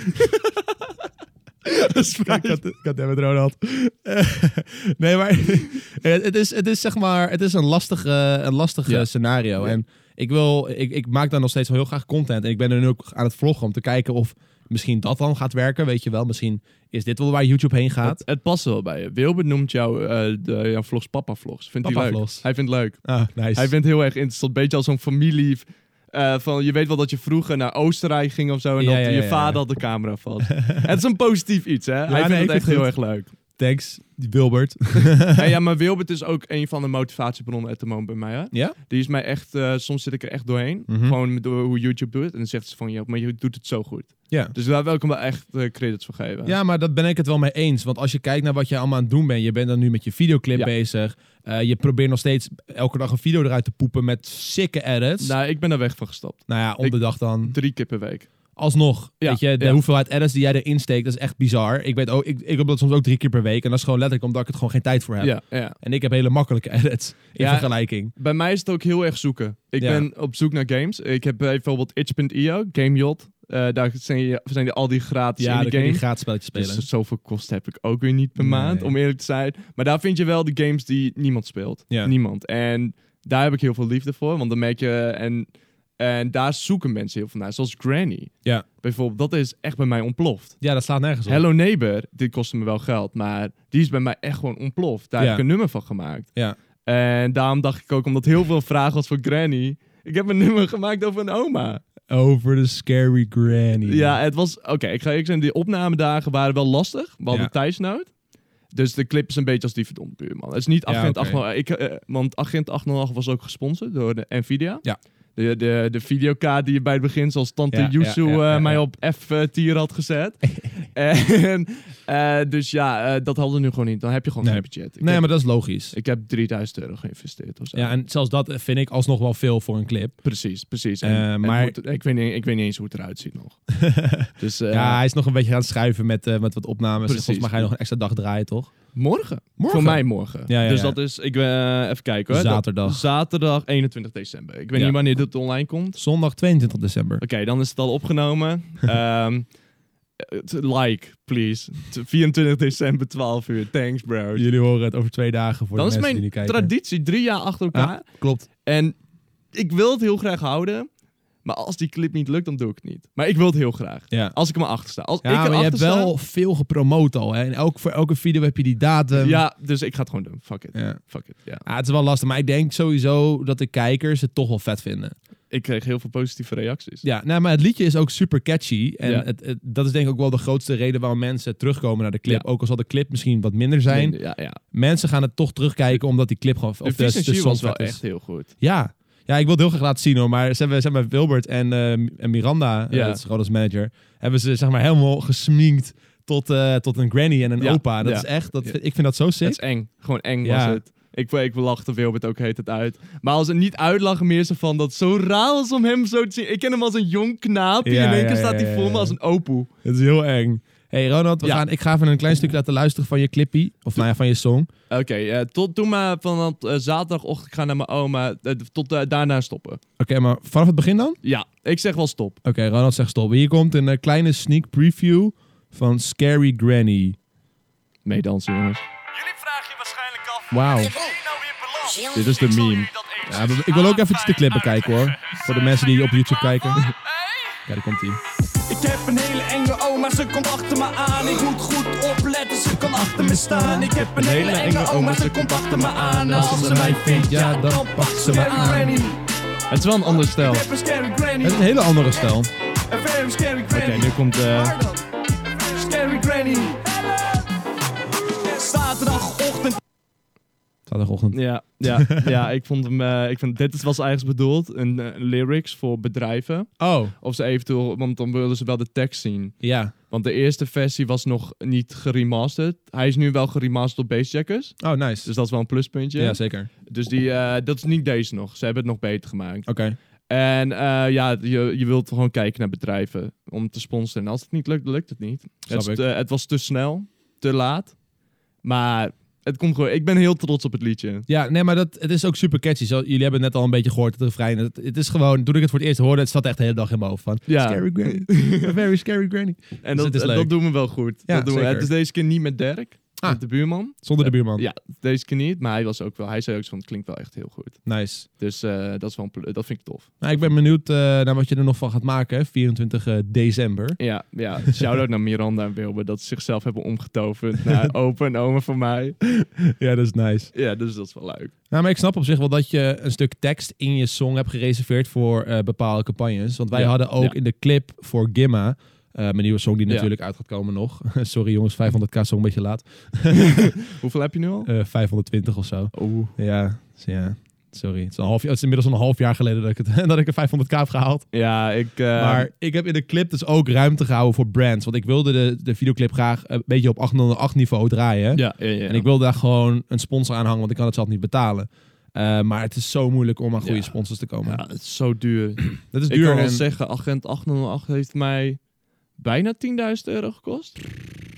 God damn it, Ronald. Uh, nee, maar het is, het is zeg maar, het is een lastig, uh, een lastig ja. scenario. Ja. En ik wil, ik, ik maak dan nog steeds wel heel graag content. En ik ben er nu ook aan het vloggen om te kijken of misschien dat dan gaat werken. Weet je wel, misschien is dit wel waar YouTube heen gaat. Het, het past wel bij je. Wilbert noemt jou, uh, de, jouw vlogs papa vlogs. Vindt papa hij leuk? Vlogs. Hij vindt het leuk. Ah, nice. Hij vindt het heel erg interessant. Beetje als zo'n familie. Uh, van, je weet wel dat je vroeger naar Oostenrijk ging of zo. En ja, dat ja, ja, je ja, vader ja. had de camera vast. Het is een positief iets, hè? Ja, hij vindt nee, het echt vind heel het erg leuk. Thanks, Wilbert. hey, ja, maar Wilbert is ook een van de motivatiebronnen at the moment bij mij, hè? Ja? Die is mij echt... Uh, soms zit ik er echt doorheen. Mm-hmm. Gewoon door hoe YouTube doet. En dan zegt ze van, ja, maar je doet het zo goed. Ja. Dus daar wil ik hem wel echt uh, credits voor geven. Ja, maar daar ben ik het wel mee eens. Want als je kijkt naar wat je allemaal aan het doen bent. Je bent dan nu met je videoclip ja. bezig. Uh, je probeert nog steeds elke dag een video eruit te poepen met sikke edits. Nou, ik ben daar weg van gestapt. Nou ja, om de dag dan. Drie keer per week. Alsnog, ja, weet je, de ja. hoeveelheid edits die jij erin steekt, dat is echt bizar. Ik weet ook, ik, ik heb dat soms ook drie keer per week. En dat is gewoon letterlijk omdat ik het gewoon geen tijd voor heb. Ja, ja. En ik heb hele makkelijke edits in ja, vergelijking. Bij mij is het ook heel erg zoeken. Ik ja. ben op zoek naar games. Ik heb bijvoorbeeld itch punt io, GameJot. Uh, daar zijn, zijn die, al die gratis ja, in de game. die gratis spelletjes spelen. Dus zoveel kosten heb ik ook weer niet per nee. maand, om eerlijk te zijn. Maar daar vind je wel de games die niemand speelt. Ja. Niemand. En daar heb ik heel veel liefde voor. Want dan merk je... En, en daar zoeken mensen heel veel naar. Zoals Granny. Ja. Bijvoorbeeld, dat is echt bij mij ontploft. Ja, dat slaat nergens op. Hello Neighbor, dit kostte me wel geld. Maar die is bij mij echt gewoon ontploft. Daar ja. heb ik een nummer van gemaakt. Ja. En daarom dacht ik ook, omdat heel veel vragen was voor Granny... Ik heb een nummer gemaakt over een oma. Over de scary granny. Ja, het was... Oké, okay, ik ga ik zeggen, die opnamedagen waren wel lastig. We hadden ja. tijdsnood. Dus de clip is een beetje als die verdomde buurman. Het is niet Agent ja, okay. achthonderd... Ik, uh, want Agent achthonderdacht was ook gesponsord door de Nvidia. Ja. De, de, de videokaart die je bij het begin, zoals tante ja, Yusu ja, ja, ja, uh, mij ja. op F-tier had gezet. en, uh, dus ja, uh, dat hadden we nu gewoon niet. Dan heb je gewoon nee. geen budget. Ik nee, heb, maar dat is logisch. Ik heb drieduizend euro geïnvesteerd of zo. Ja, en zelfs dat vind ik alsnog wel veel voor een clip. Precies, precies. En, uh, maar... moet, ik, weet niet, ik weet niet eens hoe het eruit ziet nog. dus, uh, ja, hij is nog een beetje aan het schuiven met, uh, met wat opnames. Precies. Volgens mij ga je nog een extra dag draaien, toch? Morgen. morgen. Voor mij morgen. Ja, ja, dus ja. dat is, ik uh, even kijken hoor. Zaterdag. Dat, zaterdag eenentwintig december. Ik weet ja. niet wanneer dit online komt. Zondag tweeëntwintig december. Oké, okay, dan is het al opgenomen. um, like, please. vierentwintig december, twaalf uur. Thanks, bro. Jullie horen het over twee dagen voor dan de is mensen die mijn kijken. traditie drie jaar achter elkaar. Ja, klopt. En ik wil het heel graag houden. Maar als die clip niet lukt, dan doe ik het niet. Maar ik wil het heel graag. Ja. Als ik er maar achter sta. Als Ja, ik maar je erachter hebt sta... wel veel gepromoot al. Hè? En elk, voor elke video heb je die datum. Ja, dus ik ga het gewoon doen. Fuck it. Ja. Fuck it, ja. Ah, het is wel lastig, maar ik denk sowieso dat de kijkers het toch wel vet vinden. Ik kreeg heel veel positieve reacties. Ja, nou, maar het liedje is ook super catchy. En Ja. het, het, dat is denk ik ook wel de grootste reden waarom mensen terugkomen naar de clip. Ja. Ook al zal de clip misschien wat minder zijn. Minder, ja, ja. Mensen gaan het toch terugkijken omdat die clip gewoon... De of de, Vies en de She song was wel vet is. echt heel goed. Ja. Ja, ik wil het heel graag laten zien hoor. Maar ze hebben, ze hebben Wilbert en, uh, en Miranda, Ja. uh, dat is gewoon als manager, hebben ze zeg maar helemaal gesminkt tot, uh, tot een granny en een Ja. opa. Dat Ja. is echt, dat, Ja. ik vind dat zo sick. Het is eng. Gewoon eng Ja. was het. Ik, ik lachte Wilbert ook heet het uit. Maar als het niet uitlachen meer zo van dat het zo raar was om hem zo te zien. Ik ken hem als een jong knaapje. Ja, in één ja, keer staat ja, hij ja, voor ja. me als een opoe. Het is heel eng. Hey Ronald, we Ja. gaan, ik ga even een klein stukje laten luisteren van je clippie. Of nou ja, van je song. Oké, okay, uh, tot toen maar van uh, zaterdagochtend ik ga naar mijn oma. Uh, tot uh, daarna stoppen. Oké, okay, maar vanaf het begin dan? Ja, ik zeg wel stop. Oké, okay, Ronald zegt stop. Hier komt een uh, kleine sneak preview van Scary Granny. Meedansen, jongens. Jullie vragen je waarschijnlijk af. Wauw. Waar ben je nou weer beland? Dit is de meme. Ja, we- ik wil ook eventjes de clip bekijken hoor. Voor de mensen die op YouTube kijken. Ja, daar komt ie. Ik heb een hele enge oma, ze komt achter me aan. Ik moet goed opletten, ze kan achter me staan. Ik heb een hele enge oma, ze komt achter me aan. Als ze mij vindt, ja, dan pakt ze me aan. Het is wel een andere stijl. Ik heb een scary granny, Het is een hele andere stijl. een very scary Oké, granny. nu komt... Uh, Waar dan? Scary granny. Zaterdagochtend. Zaterdagochtend. ja, ja, ja, ik vond hem... Uh, ik vind, dit was eigenlijk bedoeld, een uh, lyrics voor bedrijven. Oh, Of ze eventueel... Want dan wilden ze wel de tekst zien. ja. Want de eerste versie was nog niet geremasterd. Hij is nu wel geremasterd op Bassjackers. Oh, nice. Dus dat is wel een pluspuntje. Ja, zeker. Dus die, uh, dat is niet deze nog. Ze hebben het nog beter gemaakt. Oké. En uh, ja, je, je wilt gewoon kijken naar bedrijven om te sponsoren. En als het niet lukt, dan lukt het niet. Snap Het, ik. uh, het was te snel, te laat. Maar het komt gewoon... Ik ben heel trots op het liedje. Ja, nee, maar dat, het is ook super catchy. Zo, jullie hebben het net al een beetje gehoord, het refrein. Het, het is gewoon, toen ik het voor het eerst hoorde, het zat echt de hele dag in mijn hoofd van... Ja. Scary Granny. A very scary Granny. En Dus dat, het is leuk. dat doen we wel goed. Ja, dat doen we. zeker. Het is deze keer niet met Dirk, Ah. met de buurman. Zonder de buurman. Ja, deze keer niet. Maar hij was ook wel... Hij zei ook van, het klinkt wel echt heel goed. Nice. Dus uh, dat, is wel een, pl- dat vind ik tof. Nou, ik ben benieuwd uh, naar wat je er nog van gaat maken, hè, vierentwintig december. Ja, ja. Shout-out naar Miranda en Wilbert dat ze zichzelf hebben omgetoverd naar opa en oma voor mij. Ja, dat is nice. Ja, dus dat is wel leuk. Nou, maar ik snap op zich wel dat je een stuk tekst in je song hebt gereserveerd voor uh, bepaalde campagnes. Want wij Ja, hadden ook ja. in de clip voor Gimma, uh, mijn nieuwe song die Ja. natuurlijk uit gaat komen nog. Sorry jongens, vijfhonderd k song een beetje laat. Hoeveel heb je nu al? Uh, vijfhonderdtwintig of zo. Oeh. Ja, dus ja. Sorry. Het is, een half, het is inmiddels een half jaar geleden dat ik, het, dat ik een vijfhonderd k heb gehaald. Ja, ik... uh, Maar ik heb in de clip dus ook ruimte gehouden voor brands. Want ik wilde de, de videoclip graag een beetje op achthonderd niveau niveau draaien. Ja, ja, ja. En ik wilde daar gewoon een sponsor aan hangen, want ik kan het zelf niet betalen. Uh, maar het is zo momoeilijk om aan goede Ja. sponsors te komen. Ja, het is zo duur. Dat is Ik duur. kan wel en- zeggen, Agent achthonderdacht heeft mij bijna tienduizend euro gekost. Het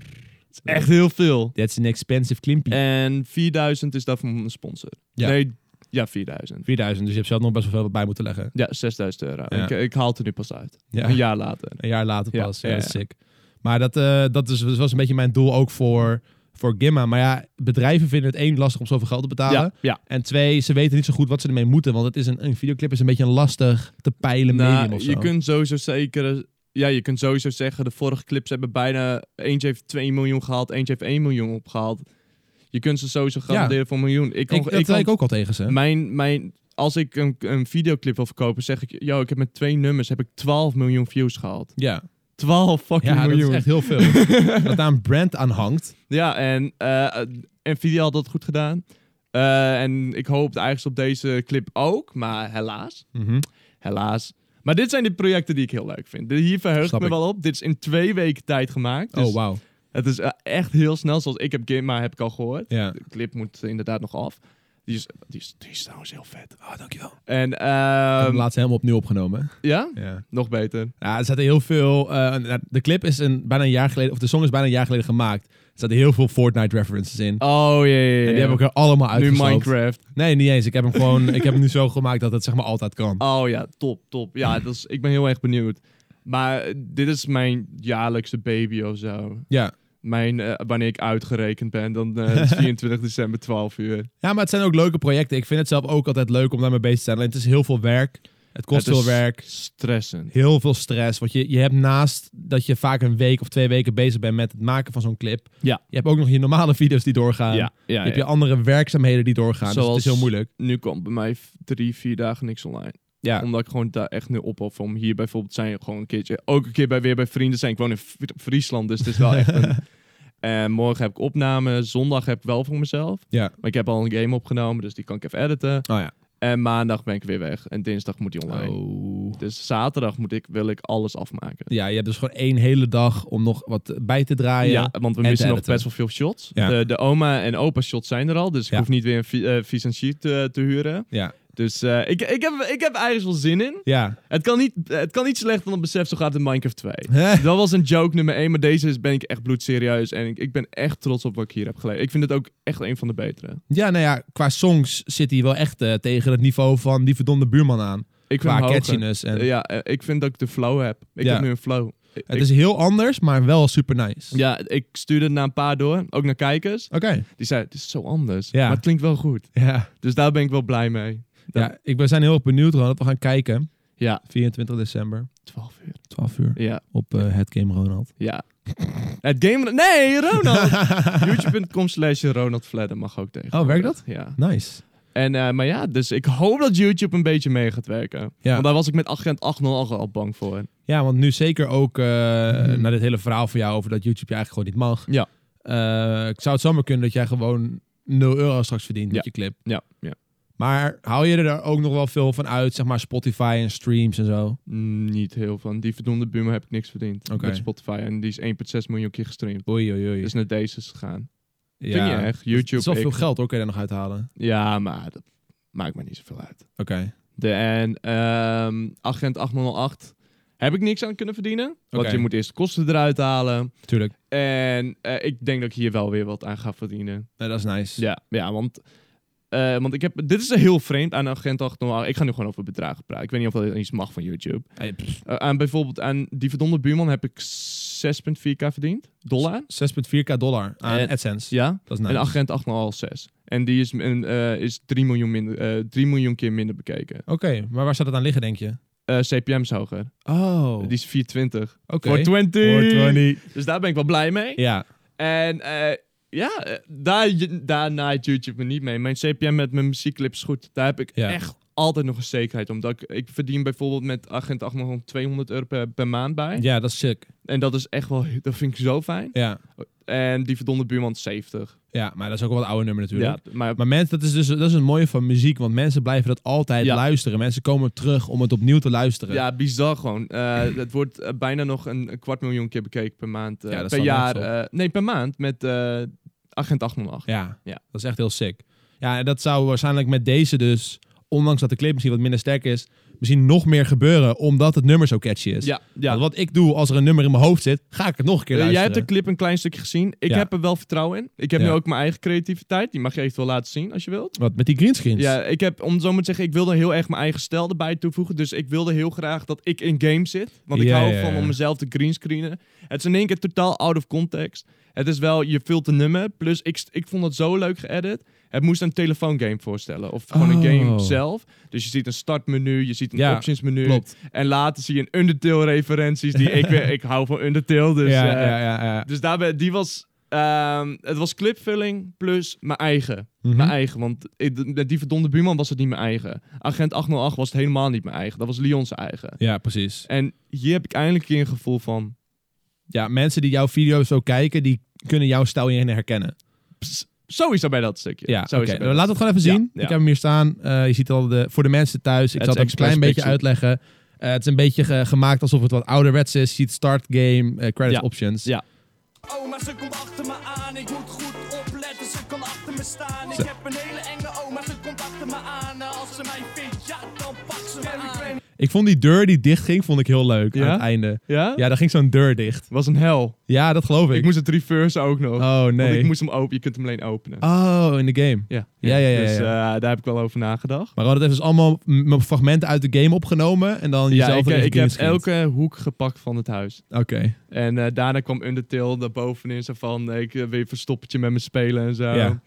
is echt heel veel. That's an expensive klimpie. En vierduizend is daarvoor een sponsor. Ja. Nee, ja, vierduizend. vierduizend, dus je hebt zelf nog best wel veel bij moeten leggen. Ja, zesduizend euro. Ja. Ik, ik haal het er nu pas uit. Ja. Een jaar later. Een jaar later Ja, pas. Ja, ja, dat is ja. sick. Maar dat, uh, dat, is, dat was een beetje mijn doel ook voor, voor Gimma. Maar ja, bedrijven vinden het één lastig om zoveel geld te betalen. Ja, ja. En twee, ze weten niet zo goed wat ze ermee moeten. Want het is een, een videoclip is een beetje een lastig te peilen medium Nou, of zo. je kunt sowieso zeker... Ja, je kunt sowieso zeggen, de vorige clips hebben bijna... Eentje heeft twee miljoen gehaald, eentje heeft één miljoen opgehaald. Je kunt ze sowieso garanderen voor een miljoen. Ik, kan, ik, dat ik, zei kan, ik ook al tegen ze. Mijn, mijn, als ik een, een videoclip wil verkopen, zeg ik... Yo, ik heb met twee nummers heb ik twaalf miljoen views gehaald. Ja, twaalf fucking ja dat miljoen. is echt heel veel. Dat daar een brand aan hangt. Ja, en uh, Nvidia had dat goed gedaan. Uh, en ik hoopte eigenlijk op deze clip ook, maar helaas. Mhm. Helaas. Maar dit zijn de projecten die ik heel leuk vind. Hier verheug ik Snap me ik. wel op. Dit is in twee weken tijd gemaakt. Dus Oh, wauw. het is uh, echt heel snel. Zoals ik heb Gimma heb ik al gehoord. Ja. De clip moet inderdaad nog af. Die is, die is, die is trouwens heel vet. Oh, dankjewel. En Ik heb hem uh, laatst helemaal opnieuw opgenomen. ja, Ja. nog beter. Ja, er zaten heel veel... Uh, de clip is een, bijna een jaar geleden... Of de song is bijna een jaar geleden gemaakt. Er zaten heel veel Fortnite references in. Oh, ja, ja, ja. En die heb ik er allemaal Nu uitgesloopt. Minecraft. Nee, niet eens. Ik heb hem gewoon... ik heb hem nu zo gemaakt dat het zeg maar altijd kan. Oh ja, top, top. Ja, dat is, ik ben heel erg benieuwd. Maar uh, dit is mijn jaarlijkse baby of zo. Ja. Mijn, uh, wanneer ik uitgerekend ben, dan uh, is vierentwintig december, twaalf uur. Ja, maar het zijn ook leuke projecten. Ik vind het zelf ook altijd leuk om daarmee bezig te zijn. Alleen het is heel veel werk. Het kost Het veel is werk. Stressend. Heel veel stress. Want je, je hebt naast dat je vaak een week of twee weken bezig bent met het maken van zo'n clip. Ja. Je hebt ook nog je normale video's die doorgaan. Ja, ja, je hebt ja. je andere werkzaamheden die doorgaan. Dus het Zoals- is heel moeilijk. Nu komt bij mij v- drie, vier dagen niks online. Ja. Omdat ik gewoon daar echt nu opoffer om hier bijvoorbeeld zijn gewoon een keertje. Ook een keer bij, weer bij vrienden zijn. Ik woon in V- Friesland, dus het is wel echt een... En morgen heb ik opname. Zondag heb ik wel voor mezelf. Ja. Maar ik heb al een game opgenomen, dus die kan ik even editen. Oh ja. En maandag ben ik weer weg. En dinsdag moet die online. Oh. Dus zaterdag moet ik, wil ik alles afmaken. Ja, je hebt dus gewoon één hele dag om nog wat bij te draaien. Ja, want we en missen te nog editen. best wel veel shots. Ja. De, de oma en opa shots zijn er al. Dus ik Ja. hoef niet weer een vi- eh, vis en sheet te, te huren. Ja. Dus eh, ik, ik, heb, ik heb eigenlijk wel zin in. Ja. Het kan niet, het kan niet slechter dan besef, zo gaat het in Minecraft twee. Dat was een joke nummer één, maar deze is, ben ik echt bloedserieus. En ik, ik ben echt trots op wat ik hier heb geleerd. Ik vind het ook echt een van de betere. Ja, nou ja, qua songs zit hij wel echt eh, tegen het niveau van die verdomde buurman aan. Ik vind Qua hem hoger. catchiness. En, Eh, ja, eh, ik vind dat ik de flow heb. Ik Ja. heb nu een flow. Ik- het ik- is heel anders, maar wel super nice. Ja, ik stuurde het naar een paar door, ook naar kijkers. Oké. Die zeiden, het is zo anders, Ja. maar het klinkt wel goed. Ja. Dus daar ben ik wel blij mee. Dan- Ja, ik, we zijn heel erg benieuwd, Ronald. We gaan kijken. Ja, vierentwintig december, twaalf uur. twaalf uur, Ja, op uh, Het Game Ronald. ja. Het game... Nee, Ronald! YouTube.com slash Ronald Fledder mag ook tegen. Oh, werkt dat? Ja. Nice. En, uh, maar ja, dus ik hoop dat YouTube een beetje mee gaat werken. Ja. Want daar was ik met Agent achthonderd al bang voor. Ja, want nu zeker ook uh, Mhm. naar dit hele verhaal van jou over dat YouTube je eigenlijk gewoon niet mag. Ja. Uh, ik zou het zomaar kunnen dat jij gewoon nul euro straks verdient Ja. met je clip. Ja, ja. Maar hou je er ook nog wel veel van uit, zeg maar Spotify en streams en zo? Mm, niet heel van. Die verdoemde buurman heb ik niks verdiend. Oké. Met Spotify. En die is één komma zes miljoen keer gestreamd. Oei, oei, oei. Dus naar deze is gegaan. ja. Vind je echt? YouTube. Het is wel ik- veel geld hoor, kun je daar nog uithalen. Ja, maar dat maakt me niet zoveel uit. Oké. De, en ehm, Agent achthonderdacht heb ik niks aan kunnen verdienen. Want Oké. je moet eerst de kosten eruit halen. Tuurlijk. En eh, ik denk dat ik hier wel weer wat aan ga verdienen. Nee, dat is nice. Ja, ja want, eh, want ik heb, dit is heel vreemd aan Agent achthonderdacht. Ik ga nu gewoon over bedragen praten. Ik weet niet of dat iets mag van YouTube. Hey, pff, Uh, aan bijvoorbeeld aan die verdomde buurman heb ik zes komma vier k verdiend. Dollar. zes komma vier k dollar aan En- AdSense. Ja. Dat is nice. En Agent achthonderd zes. En die is, een, eh, is drie miljoen, minder, eh, drie miljoen keer minder bekeken. Oké, maar waar zou dat aan liggen, denk je? Uh, C P M is hoger. Oh, Die is vierhonderdtwintig. oké. Voor twintig. Voor twintig. Dus daar ben ik wel blij mee. Ja, En eh, ja, eh, daar, daar naait YouTube me niet mee. Mijn C P M met mijn muziekclips is goed. Daar heb ik Ja. echt altijd nog een zekerheid. Omdat ik, ik verdien bijvoorbeeld met Agent achthonderd tweehonderd euro per, per maand bij. ja, dat is sick. En dat is echt wel, dat vind ik zo fijn. Ja. En die verdomde buurman zeventig. ja, maar dat is ook wel een oude nummer natuurlijk. Ja, maar Maar mensen, dat is dus dat is het mooie van muziek, want mensen blijven dat altijd Ja. luisteren. Mensen komen terug om het opnieuw te luisteren. ja, bizar gewoon. Eh, het wordt eh, bijna nog een, een kwart miljoen keer bekeken per maand. eh, Ja, dat per staat jaar. nergens eh, nee, per maand met eh Agent achthonderd. Ja, Ja. dat is echt heel sick. Ja, en dat zou waarschijnlijk met deze dus, ondanks dat de clip misschien wat minder sterk is, misschien nog meer gebeuren, omdat het nummer zo catchy is. Ja, ja. Want wat ik doe als er een nummer in mijn hoofd zit, ga ik het nog een keer Eh, jij luisteren. hebt de clip een klein stukje gezien. Ik Ja. heb er wel vertrouwen in. Ik heb Ja. nu ook mijn eigen creativiteit. Die mag je eventueel laten zien als je wilt. Wat, met die greenscreens? Ja, ik heb, om het zo maar te zeggen, ik wilde heel erg mijn eigen stijl erbij toevoegen. Dus ik wilde heel graag dat ik in game zit. Want ik Ja, hou ja, van ja. om mezelf te greenscreenen. Het is in één keer totaal out of context. Het is wel, je vult een nummer. Plus, ik, ik vond het zo leuk geëdit. Het moest een telefoongame voorstellen. Of gewoon een Oh. game zelf. Dus je ziet een startmenu, je ziet een Ja, options menu. Klopt. En later zie je een Undertale referenties. Die ik weer, ik hou van Undertale. Dus, ja, eh, ja, ja, ja. dus daarbij, die was... ehm, het was clipvulling plus mijn eigen. Mhm. Mijn eigen, want ik- met die verdomde buurman was het niet mijn eigen. Agent achthonderdacht was het helemaal niet mijn eigen. Dat was Leon's eigen. Ja, precies. En hier heb ik eindelijk een gevoel van... Ja, mensen die jouw video's zo kijken, die kunnen jouw stijl hierin herkennen. Pss, sowieso bij dat stukje. Ja, oké. Sowieso bij Laten we het gewoon even Ja, zien. ja. Ik heb hem hier staan. Eh, je ziet al de, voor de mensen thuis. Ik Het zal het is ook een klein beetje Express uitleggen. Eh, het is een beetje ge- gemaakt alsof het wat ouderwets is. Je ziet start game, eh, credit Ja. options. Ja. Oh, maar ze komt achter me aan. Ik moet goed opletten, ze kan achter me staan. Ik Zo. heb een hele enge oma, ze komt achter me aan. Als ze mij vindt, ja, dan pakt ze me aan. Ik vond die deur die dicht ging, vond ik heel leuk Ja? aan het einde. Ja? Ja, daar ging zo'n deur dicht. Was een hel. Ja, dat geloof ik. Ik moest het reverse ook nog. Oh, Want nee. ik moest hem openen. Je kunt hem alleen openen. Oh, in de game. Ja. Ja, ja, ja, Dus ja. eh, daar heb ik wel over nagedacht. Maar we hadden het even dus allemaal m- fragmenten uit de game opgenomen. En dan Ja, jezelf ik, erin ik heb gegreenscreend. elke hoek gepakt van het huis. Oké. En eh, daarna kwam Undertale daarbovenin. Zo van, eh, ik wil weer verstoppertje met me spelen en zo. Ja.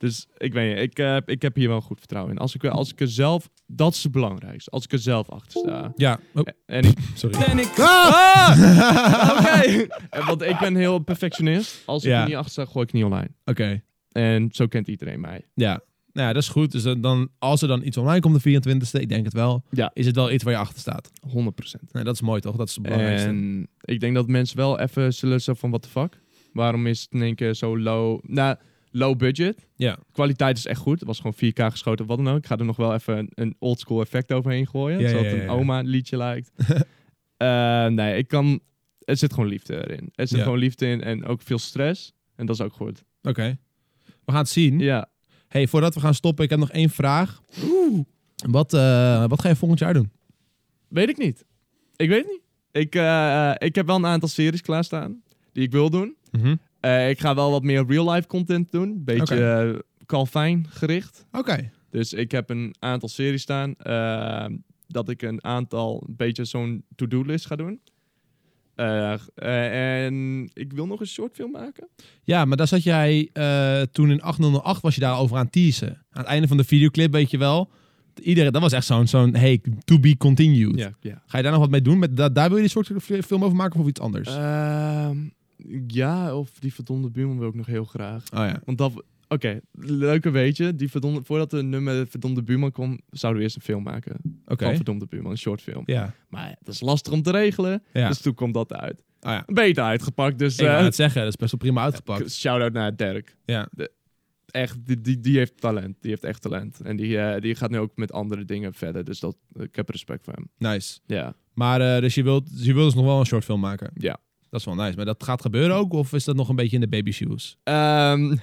Dus ik weet niet, ik, uh, ik heb hier wel goed vertrouwen in. Als ik, als ik er zelf, dat is het belangrijkste. Als ik er zelf achter sta. Ja. Oh, En ik, sorry. Ben ik... ah! Oké. Okay. Want ik ben heel perfectionist. Als ik Ja. er niet achter sta, gooi ik niet online. Oké. Okay. En zo kent iedereen mij. Ja. Nou ja, dat is goed. Dus dan- dan, als er dan iets online komt de vierentwintigste, ik denk het wel, Ja. is het wel iets waar je achter staat. honderd procent. Nee, dat is mooi toch? Dat is het belangrijkste. En ik denk dat mensen wel even zullen zo van, what the fuck? Waarom is het in één keer zo low? Nou, low budget. Ja. Kwaliteit is echt goed. Het was gewoon vier K geschoten, wat dan ook. Ik ga er nog wel even een, een oldschool effect overheen gooien. Ja, zodat ja, het ja, een ja. oma liedje lijkt. uh, nee, ik kan... Er zit gewoon liefde erin. Er zit Ja. gewoon liefde in en ook veel stress. En dat is ook goed. Oké. Okay. We gaan het zien. Ja. Hey, voordat we gaan stoppen, ik heb nog één vraag. Wat, uh, wat ga je volgend jaar doen? Weet ik niet. Ik weet het niet. Ik, uh, ik heb wel een aantal series klaarstaan die ik wil doen. Mm-hmm. Uh, ik ga wel wat meer real-life content doen. Beetje Oké. uh, Calvin gericht. Oké. Okay. Dus ik heb een aantal series staan. Uh, dat ik een aantal, een beetje zo'n to-do-list ga doen. Uh, uh, en ik wil nog een shortfilm maken. Ja, maar daar zat jij uh, toen in achthonderd acht was je daar over aan teasen. Aan het einde van de videoclip, weet je wel. Iedereen, dat was echt zo'n, zo'n hey, to be continued. Ja, ja. Ga je daar nog wat mee doen? Met, da, daar wil je die soort film over maken of iets anders? Uh, ja, of die verdomde buurman wil ik nog heel graag. Oh ja. Want dat... Oké, okay, leuke weetje. Die verdomde, voordat de nummer Verdomde Buurman kwam, zouden we eerst een film maken. Oké. Van Verdomde Buurman, een shortfilm. Ja. Maar dat is lastig om te regelen. Ja. Dus toen komt dat uit. Oh ja. Beter uitgepakt. Dus, Ik wou uh, het zeggen, dat is best wel prima uitgepakt. Shout-out naar Dirk. Ja. De, echt, die, die, die heeft talent. Die heeft echt talent. En die, uh, die gaat nu ook met andere dingen verder. Dus dat, ik heb respect voor hem. Nice. Ja. Maar uh, dus je wilt, je wilt dus nog wel een shortfilm maken? Ja. Dat is wel nice. Maar dat gaat gebeuren ook? Of is dat nog een beetje in de baby shoes? Um,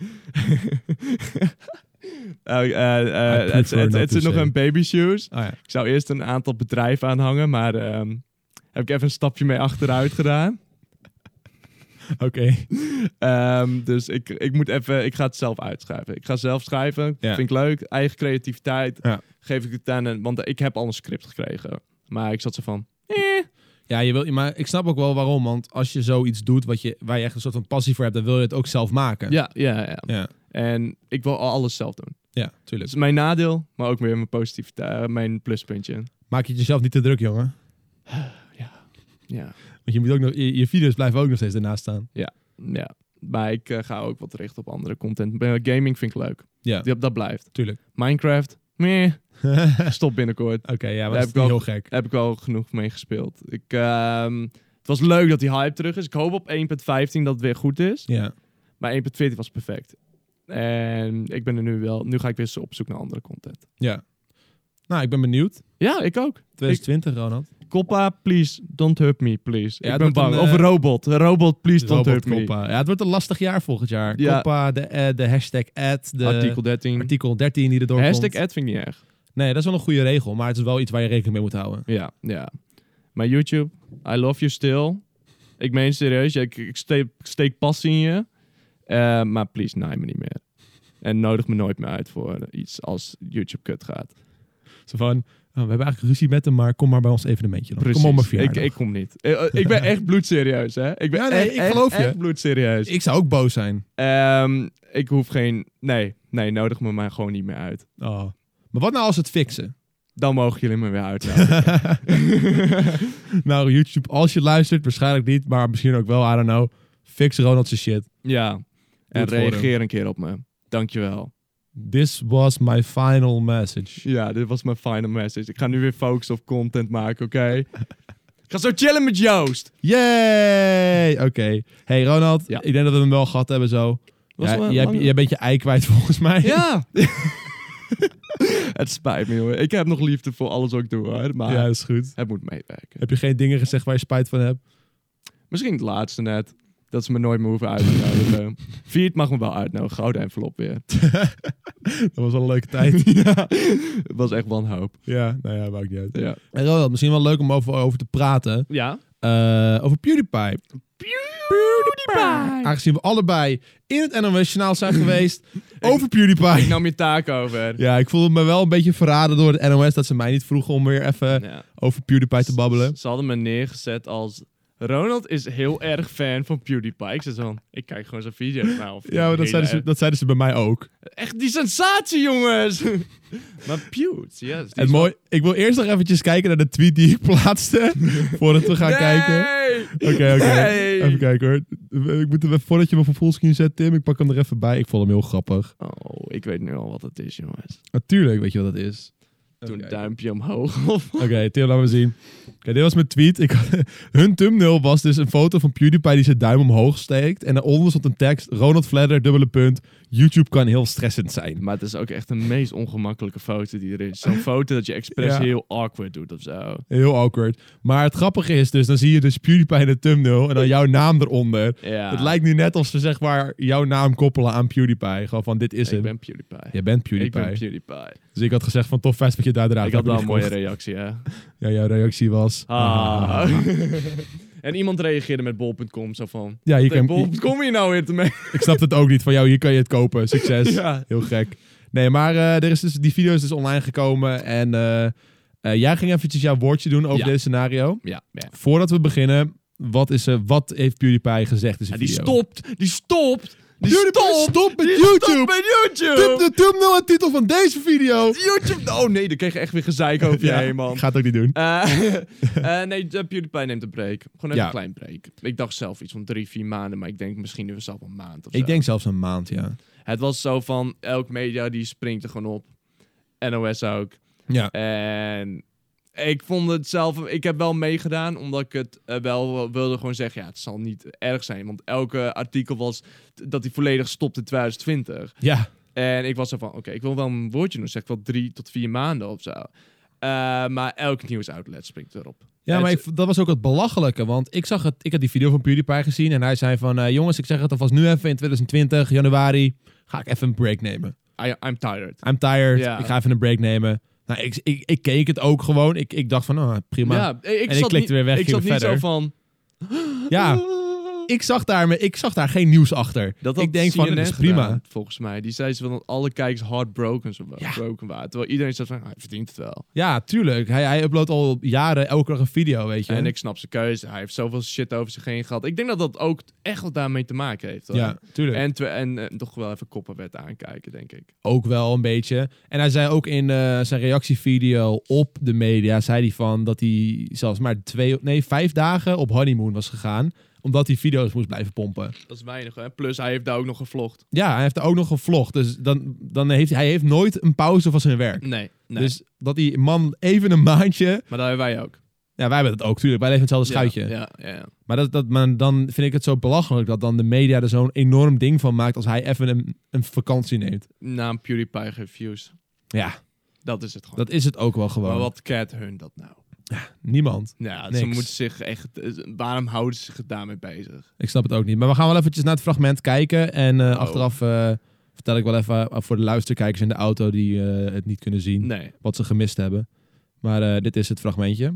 uh, uh, uh, het het zit nog een baby shoes. Oh, ja. Ik zou eerst een aantal bedrijven aanhangen, maar um, heb ik even een stapje mee achteruit gedaan. Oké. Okay. Um, dus ik, ik moet even, ik ga het zelf uitschrijven. Ik ga zelf schrijven, ja. vind ik leuk. Eigen creativiteit, ja. geef ik het aan. En, want ik heb al een script gekregen. Maar ik zat zo van, eh. Ja, je wil, maar ik snap ook wel waarom. Want als je zoiets doet wat je, waar je echt een soort van passie voor hebt, dan wil je het ook zelf maken. Ja, ja, ja. ja. En ik wil alles zelf doen. Ja, tuurlijk. Dat is mijn nadeel, maar ook weer mijn positiviteit, mijn pluspuntje. Maak je het jezelf niet te druk, jongen? Ja, ja. Want je moet ook nog, je, je video's blijven ook nog steeds ernaast staan. Ja, ja. Maar ik uh, ga ook wat richten op andere content. Gaming vind ik leuk. Ja. Die, dat blijft. Tuurlijk. Minecraft, meh. Stop binnenkort. Oké, okay, ja, maar daar dat is niet heel gek. Daar heb ik wel genoeg mee gespeeld. Ik, um, het was leuk dat die hype terug is. Ik hoop op één punt vijftien dat het weer goed is. Ja. Maar één punt veertien was perfect. En ik ben er nu wel... Nu ga ik weer op zoek naar andere content. Ja. Nou, ik ben benieuwd. Ja, ik ook. twintig twintig, Ronald. Koppa, please, don't hurt me, please. Ja, ik ben bang. Een, of een robot. Een robot, please, don't hurt me. Koppa. Ja, het wordt een lastig jaar volgend jaar. Ja. Koppa, de, uh, de hashtag ad, de artikel dertien. Artikel dertien die erdoor hashtag komt. ad vind ik niet erg. Nee, dat is wel een goede regel, maar het is wel iets waar je rekening mee moet houden. Ja, ja. Maar YouTube, I love you still. Ik meen serieus, ik, ik, steek, ik steek passie in je. Uh, maar please, naai me niet meer. En nodig me nooit meer uit voor iets als YouTube kut gaat. Zo van, oh, we hebben eigenlijk ruzie met hem, maar kom maar bij ons evenementje. Dan. Precies. Kom op mijn verjaardag. Ik, ik kom niet. Ik, ik ben echt bloedserieus, hè? Ik ben ja, nee, echt, ik geloof echt, je. echt bloedserieus. Ik zou ook boos zijn. Um, ik hoef geen... Nee, nee, nodig me maar gewoon niet meer uit. Oh. Maar wat nou als het fixen? Dan mogen jullie me weer uitnodigen. Nou, YouTube, als je luistert, waarschijnlijk niet, maar misschien ook wel, I don't know. Fix Ronald's shit. Ja, en reageer een keer op me. Dankjewel. This was my final message. Ja, dit was mijn final message. Ik ga nu weer focussen op content maken, oké? Okay? Ik ga zo chillen met Joost. Yay! Oké. Okay. Hey Ronald, ja. Ik denk dat we hem wel gehad hebben zo. Ja, jij, jij bent je ei kwijt volgens mij. Ja! Het spijt me, jongen. Ik heb nog liefde voor alles wat ik doe, hoor. Maar ja, dat is goed. Het moet meewerken. Heb je geen dingen gezegd waar je spijt van hebt? Misschien het laatste net. Dat ze me nooit meer hoeven uit te nodigen. Viert mag me wel uitnodigen. Gouden envelop weer. Dat was wel een leuke tijd. Ja, het was echt wanhoop. Ja, nou ja, maakt niet uit. Ja. En Ronald, misschien wel leuk om over, over te praten. Ja. Uh, over PewDiePie. PewDiePie! Aangezien we allebei in het N O S-journaal zijn geweest over PewDiePie. Ik nam je taak over. Ja, ik voelde me wel een beetje verraden door het N O S dat ze mij niet vroegen om weer even ja. over PewDiePie te babbelen. Ze hadden me neergezet als Ronald is heel erg fan van PewDiePie. Ik zei zo, ik kijk gewoon zijn video's nou. Of Ja, maar dat zeiden, ze, dat zeiden ze bij mij ook. Echt die sensatie, jongens! Maar Pew, ja. Dus En mooi, ik wil eerst nog eventjes kijken naar de tweet die ik plaatste. voordat we gaan nee! kijken. Oké, okay, oké. Okay. Nee! Even kijken hoor. Ik moet hem even, voordat je me voor fullscreen zet, Tim. Ik pak hem er even bij. Ik vond hem heel grappig. Oh, ik weet nu al wat het is, jongens. Natuurlijk weet je wat dat is. Toen een duimpje omhoog. Oké, okay, Tim, laten we zien. Oké, okay, dit was mijn tweet. Ik, hun thumbnail was dus een foto van PewDiePie die zijn duim omhoog steekt. En daaronder stond een tekst. Ronald Fledder, dubbele punt. YouTube kan heel stressend zijn. Maar het is ook echt de meest ongemakkelijke foto die er is. Zo'n foto dat je expres ja. heel awkward doet of zo. Heel awkward. Maar het grappige is dus, dan zie je dus PewDiePie in de thumbnail en dan jouw naam eronder. Ja. Het lijkt nu net alsof ze zeg maar jouw naam koppelen aan PewDiePie. Gewoon van, dit is hem. Ik ben PewDiePie. Jij bent PewDiePie. Ik ben PewDiePie. Dus ik had gezegd van, tof vast wat je daar eruit. Ik had wel een mooie reactie, hè. Ja, jouw reactie was... Ah. En iemand reageerde met bol punt com, zo van... Ja, hier kan... bol punt com hier nou weer te mee? Ik snap het ook niet van jou, hier kan je het kopen. Succes. Ja. Heel gek. Nee, maar uh, er is dus, die video is dus online gekomen en uh, uh, jij ging eventjes jouw woordje doen over ja. dit scenario. Ja, ja. Voordat we beginnen, wat, is, uh, wat heeft PewDiePie gezegd in zijn ja, die video? stopt, die stopt, die PewDiePie stopt, stopt met die YouTube. Stopt met YouTube. Tip de thumbnail en titel van deze video. YouTube. Oh nee, daar kreeg je echt weer gezeik over ja, je heen, man. Ik ga het ook niet doen. Uh, uh, nee, PewDiePie neemt een break. Gewoon even ja. een klein break. Ik dacht zelf iets van drie, vier maanden, maar ik denk misschien nu zelf een maand of Ik zo. denk zelfs een maand, ja. Het was zo van, elk media die springt er gewoon op. N O S ook. Ja. En ik vond het zelf... Ik heb wel meegedaan, omdat ik het uh, wel wilde gewoon zeggen... Ja, het zal niet erg zijn. Want elke artikel was t- dat hij volledig stopt in twintig twintig. Ja. En ik was zo van, oké, okay, ik wil wel een woordje doen. Zeg ik wel drie tot vier maanden of zo. Uh, maar elk nieuwsoutlet springt erop. Ja, maar ik, dat was ook het belachelijke. Want ik zag het, ik had die video van PewDiePie gezien. En hij zei van, uh, jongens, ik zeg het alvast nu even in twintig twintig, januari. Ga ik even een break nemen. I, I'm tired. I'm tired. Ja. Ik ga even een break nemen. Nou, ik, ik, ik keek het ook gewoon. Ik, ik dacht van, oh, prima. Ja, ik en ik klikte weer weg. Ik zat niet verder. zo van... Ja, ik zag, daar, ik zag daar geen nieuws achter. Dat ik denk van, het is prima. Gedaan, volgens mij. Die zei ze van dat alle kijkers heartbroken zo ja. broken waren. Terwijl iedereen zegt van, hij verdient het wel. Ja, tuurlijk. Hij, hij uploadt al jaren elke dag een video, weet je. En ik snap zijn keuze. Hij heeft zoveel shit over zich heen gehad. Ik denk dat dat ook echt wat daarmee te maken heeft. Hoor. Ja, tuurlijk. En, twe- en uh, toch wel even koppenwet aankijken, denk ik. Ook wel een beetje. En hij zei ook in uh, zijn reactievideo op de media, zei hij van dat hij zelfs maar twee, nee, vijf dagen op honeymoon was gegaan. Omdat hij video's moest blijven pompen. Dat is weinig, hè? Plus, hij heeft daar ook nog gevlogd. Ja, hij heeft er ook nog gevlogd. Dus dan, dan heeft hij heeft nooit een pauze van zijn werk. Nee, nee. Dus dat die man even een maandje... Maar dat hebben wij ook. Ja, wij hebben het ook, tuurlijk. Wij leven in hetzelfde schuitje. Ja, ja, ja. Maar, dat, dat, maar dan vind ik het zo belachelijk dat dan de media er zo'n enorm ding van maakt als hij even een, een vakantie neemt. Naam PewDiePie geen views. Ja. Dat is het gewoon. Dat is het ook wel gewoon. Maar wat cared hun dat nou? Ja, niemand. Ja, Niks. ze moeten zich echt... Waarom houden ze zich daarmee bezig? Ik snap het ook niet. Maar we gaan wel eventjes naar het fragment kijken. En uh, oh. achteraf uh, vertel ik wel even uh, voor de luisterkijkers in de auto die uh, het niet kunnen zien. Nee. Wat ze gemist hebben. Maar uh, dit is het fragmentje.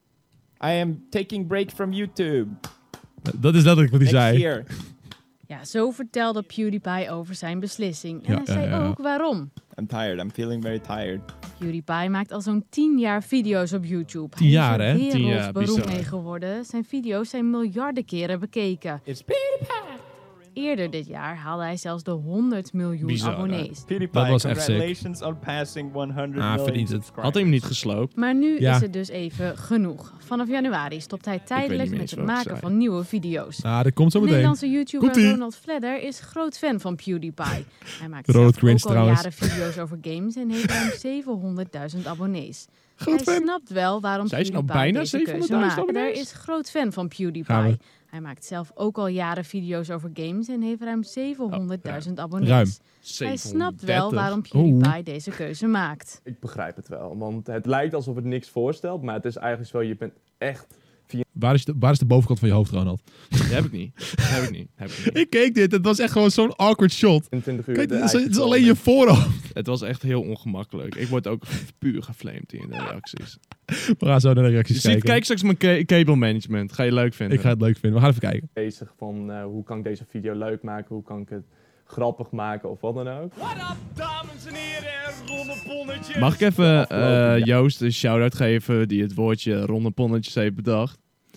I am taking break from YouTube. Dat is letterlijk wat hij Next zei. year. Ja, zo vertelde PewDiePie over zijn beslissing. En Ja, hij zei ja, ja. ook waarom. I'm tired. I'm feeling very tired. PewDiePie maakt al zo'n tien jaar video's op YouTube. Tien jaar, Hij hè? is er Tien jaar, wereldberoemd bizar. mee geworden. Zijn video's zijn miljarden keren bekeken. It's PewDiePie. Eerder dit jaar haalde hij zelfs de honderd miljoen Bizar, hè? abonnees. PewDiePie, Dat was echt sick. congratulations on passing honderd Ah, million verdient het. subscribers. Had hij hem niet gesloopt? Maar nu Ja. is het dus even genoeg. Vanaf januari stopt hij tijdelijk niet meer met eens het wat ik maken zei. van nieuwe video's. Ah, dat komt zo De meteen. Nederlandse YouTuber Komt-ie. Ronald Fledder is groot fan van PewDiePie. Hij maakt Ronald zelf Cringe ook al trouwens. jaren video's over games en heeft ruim zevenhonderdduizend abonnees. Groot Hij fan. snapt wel waarom Zij is nou PewDiePie bijna deze keuze zevenhonderdduizend maakt. abonnees? Fledder is groot fan van Gaan PewDiePie. we. Hij maakt zelf ook al jaren video's over games en heeft ruim zevenhonderdduizend abonnees. Ruim. Hij snapt wel zevenhonderddertig. waarom PewDiePie deze keuze maakt. Ik begrijp het wel, want het lijkt alsof het niks voorstelt, maar het is eigenlijk zo, je bent echt... Waar is, de, waar is de bovenkant van je hoofd, Ronald? Dat heb ik niet. Dat heb ik niet. Heb ik niet. Ik keek dit. Het was echt gewoon zo'n awkward shot. twintig uur... Kijk, de het is, eigen het is film. alleen je voorhoofd. Het was echt heel ongemakkelijk. Ik word ook puur geflamed in de reacties. We gaan zo naar de Je reacties ziet, kijken. kijk straks mijn ca- cable management. Ga je leuk vinden. Ik ga het leuk vinden. We gaan even kijken. bezig van uh, hoe kan ik deze video leuk maken, hoe kan ik het grappig maken of wat dan ook. What up, dames en heren en ronde ponnetjes? Mag ik even Afgelopen uh, jaar. Joost een shout-out geven die het woordje ronde ponnetjes heeft bedacht?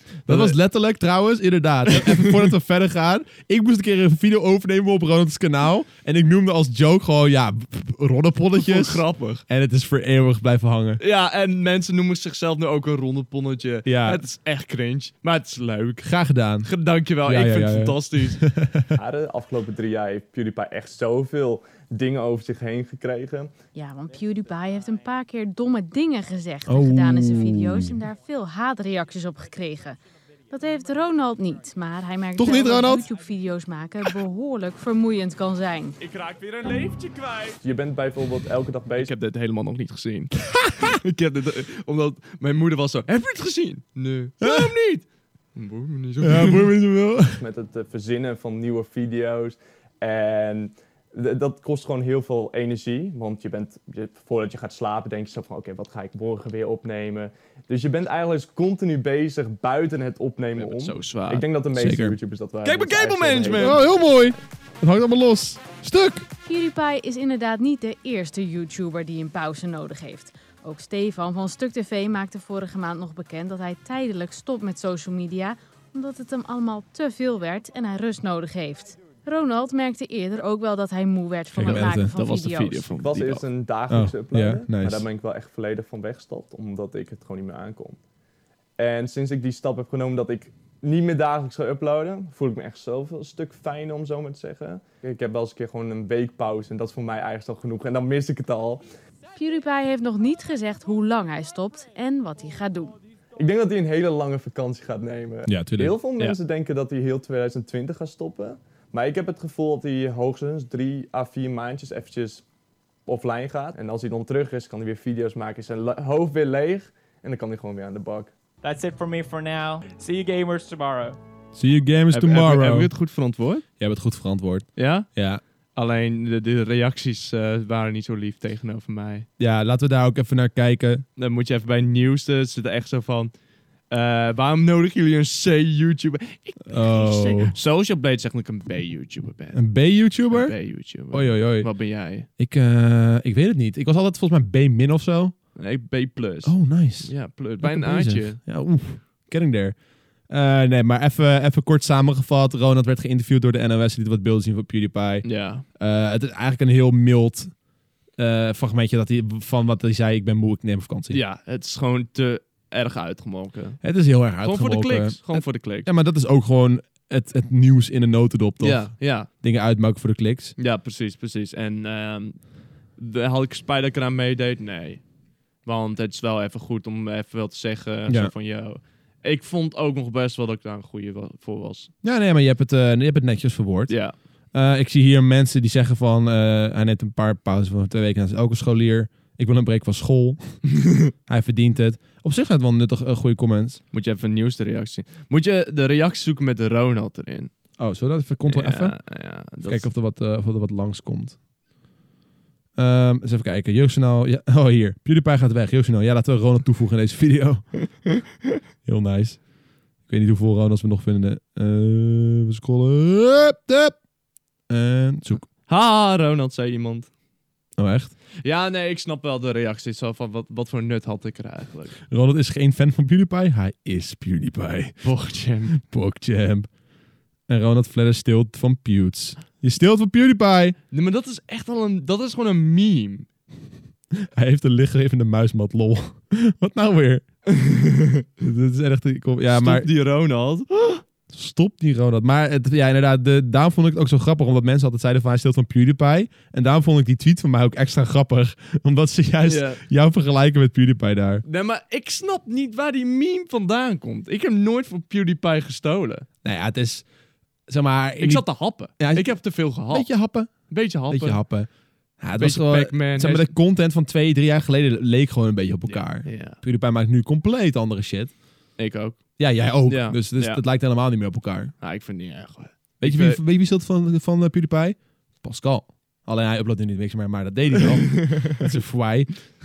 Dat was letterlijk trouwens, inderdaad. Even voordat we verder gaan. Ik moest een keer een video overnemen op Ronald's kanaal. En ik noemde als joke gewoon, ja, ronnepolletjes. Grappig. En het is voor eeuwig blijven hangen. Ja, en mensen noemen zichzelf nu ook een rondeponnetje. Ja. Het is echt cringe, maar het is leuk. Graag gedaan. Ge- Dankjewel, Ja, ik ja, vind ja, het ja. fantastisch. Ja, de afgelopen drie jaar heeft PewDiePie echt zoveel dingen over zich heen gekregen. Ja, want PewDiePie heeft een paar keer domme dingen gezegd en Oh. gedaan in zijn video's en daar veel haatreacties op gekregen. Dat heeft Ronald niet, maar hij merkt Toch wel niet, dat Ronald? YouTube-video's maken behoorlijk vermoeiend kan zijn. Ik raak weer een leventje kwijt. Je bent bijvoorbeeld elke dag bezig Ik heb dit helemaal nog niet gezien. ik heb dit, eh, omdat mijn moeder was zo, heb je het gezien? Nee. Waarom niet? Boeit me niet zo. Ja, boeit me niet zoveel. met het eh, verzinnen van nieuwe video's. En d- dat kost gewoon heel veel energie. Want je bent, je, voordat je gaat slapen denk je zo van... Oké, wat ga ik morgen weer opnemen? Dus je bent eigenlijk continu bezig buiten het opnemen om. Zo zwaar. Ik denk dat de meeste Zeker. YouTubers dat waren. Kijk bij Dat is Cable eigenlijk wel Management! Oh, heel mooi. Het hangt allemaal los. Stuk. PewDiePie is inderdaad niet de eerste YouTuber die een pauze nodig heeft. Ook Stefan van Stuk T V maakte vorige maand nog bekend dat hij tijdelijk stopt met social media... omdat het hem allemaal te veel werd en hij rust nodig heeft. Ronald merkte eerder ook wel dat hij moe werd van Kijk, het maken dat van dat was de video's. video van Ik was die eerst dag. een dagelijkse Oh, uploader, ja, nice. maar daar ben ik wel echt volledig van weggestapt, omdat ik het gewoon niet meer aankon. En sinds ik die stap heb genomen dat ik niet meer dagelijks ga uploaden, voel ik me echt zoveel een stuk fijner, om zo maar te zeggen. Ik heb wel eens een keer gewoon een week pauze en dat is voor mij eigenlijk al genoeg en dan mis ik het al. PewDiePie heeft nog niet gezegd hoe lang hij stopt en wat hij gaat doen. Ik denk dat hij een hele lange vakantie gaat nemen. Ja, tuurlijk. Heel veel mensen denken dat hij heel twintig twintig gaat stoppen. Maar ik heb het gevoel dat hij hoogstens drie à vier maandjes eventjes offline gaat. En als hij dan terug is, kan hij weer video's maken. Is zijn la- hoofd weer leeg en dan kan hij gewoon weer aan de bak. That's it for me for now. See you gamers tomorrow. See you gamers Heb, heb, tomorrow. heb ik het goed verantwoord? Jij hebt het goed verantwoord. Ja? Ja. Alleen de, de reacties eh, waren niet zo lief tegenover mij. Ja, laten we daar ook even naar kijken. Dan moet je even bij het nieuwste. Het zit er echt zo van... eh, waarom nodigen jullie een C-YouTuber? Ik ben Oh. geen C. Social Blade zegt dat ik een B-YouTuber ben. Een B-YouTuber? Een B-YouTuber. Oei, oei, oei. Wat ben jij? Ik, eh, ik weet het niet. Ik was altijd volgens mij B-min of zo. Nee, B plus. Oh, nice. Ja, plus. Bij een Lekker bezig. aardje. Ja, oef. Getting there. Eh, nee, maar even, even kort samengevat. Ronald werd geïnterviewd door de N O S. Die liet wat beelden zien van PewDiePie. Ja. Eh, het is eigenlijk een heel mild eh, fragmentje dat hij, van wat hij zei. Ik ben moe, ik neem vakantie. Ja, het is gewoon te erg uitgemolken. Het is heel erg Gewoon voor de uitgemolken. kliks. Gewoon Het- voor de kliks. Ja, maar dat is ook gewoon het, het nieuws in een notendop, toch? Ja, ja. Dingen uitmaken voor de kliks. Ja, precies, precies. En ehm, de, had ik spijt dat ik eraan meedeed? Nee. Want het is wel even goed om even wel te zeggen. Ja. Zo van, yo. Ik vond ook nog best wel dat ik daar een goede wa- voor was. Ja, nee, maar je hebt het, eh, je hebt het netjes verwoord. Ja. Eh, ik zie hier mensen die zeggen van... eh, hij neemt een paar pauzes van twee weken. Hij is ook een scholier. Ik wil een break van school. Hij verdient het. Op zich zijn het wel nuttig uh, goede comments. Moet je even een nieuwste reactie. Moet je de reactie zoeken met de Ronald erin. Oh, zo dat even? Komt wel ja, even? Ja, dat Kijken of er wat, uh, of er wat langs komt. Um, eens even kijken. Jeugdjournaal. Ja, oh, hier. PewDiePie gaat weg. Jeugdjournaal. Ja, laten we Ronald toevoegen in deze video. Heel nice. Ik weet niet hoeveel Ronalds we nog vinden. Uh, we scrollen. Hup, hup. En zoek. Ha, Ronald, zei iemand. Oh, echt? Ja, nee, ik snap wel de reactie. Zo van, wat, wat voor nut had ik er eigenlijk? Ronald is geen fan van PewDiePie. Hij is PewDiePie. Pogchamp. Pogchamp. En Ronald Fledder stilt van Pewds. Je stilt van PewDiePie. Nee, maar dat is echt al een... Dat is gewoon een meme. Hij heeft een lichtgevende muismat, lol. Wat nou weer? Dit is echt... ik kom- Ja, Stop maar... die Ronald. Stop die Ronald. Maar het, ja, inderdaad, de, daarom vond ik het ook zo grappig. Omdat mensen altijd zeiden van hij stilt van PewDiePie. En daarom vond ik die tweet van mij ook extra grappig. Omdat ze juist Ja. jou vergelijken met PewDiePie daar. Nee, maar ik snap niet waar die meme vandaan komt. Ik heb nooit van PewDiePie gestolen. Nou ja, het is... Zeg maar... Ik zat te happen. Ja, ik heb te veel gehad. Beetje happen. Beetje happen. Beetje happen. Ja, het was Beetje gewoon... Pac-Man. Zeg maar, de content van twee, drie jaar geleden leek gewoon een beetje op elkaar. Ja, ja. PewDiePie maakt nu compleet andere shit. Ik ook. Ja, jij ook. Ja. Dus, dus Ja. het lijkt helemaal niet meer op elkaar. Nou, ik vind het niet erg. Hoor. Weet je Ik, wie, eh, weet je wie stilt van, van uh, PewDiePie? Pascal. Alleen hij uploadt nu niet niks meer, maar dat deed hij wel. Dat is een fwy.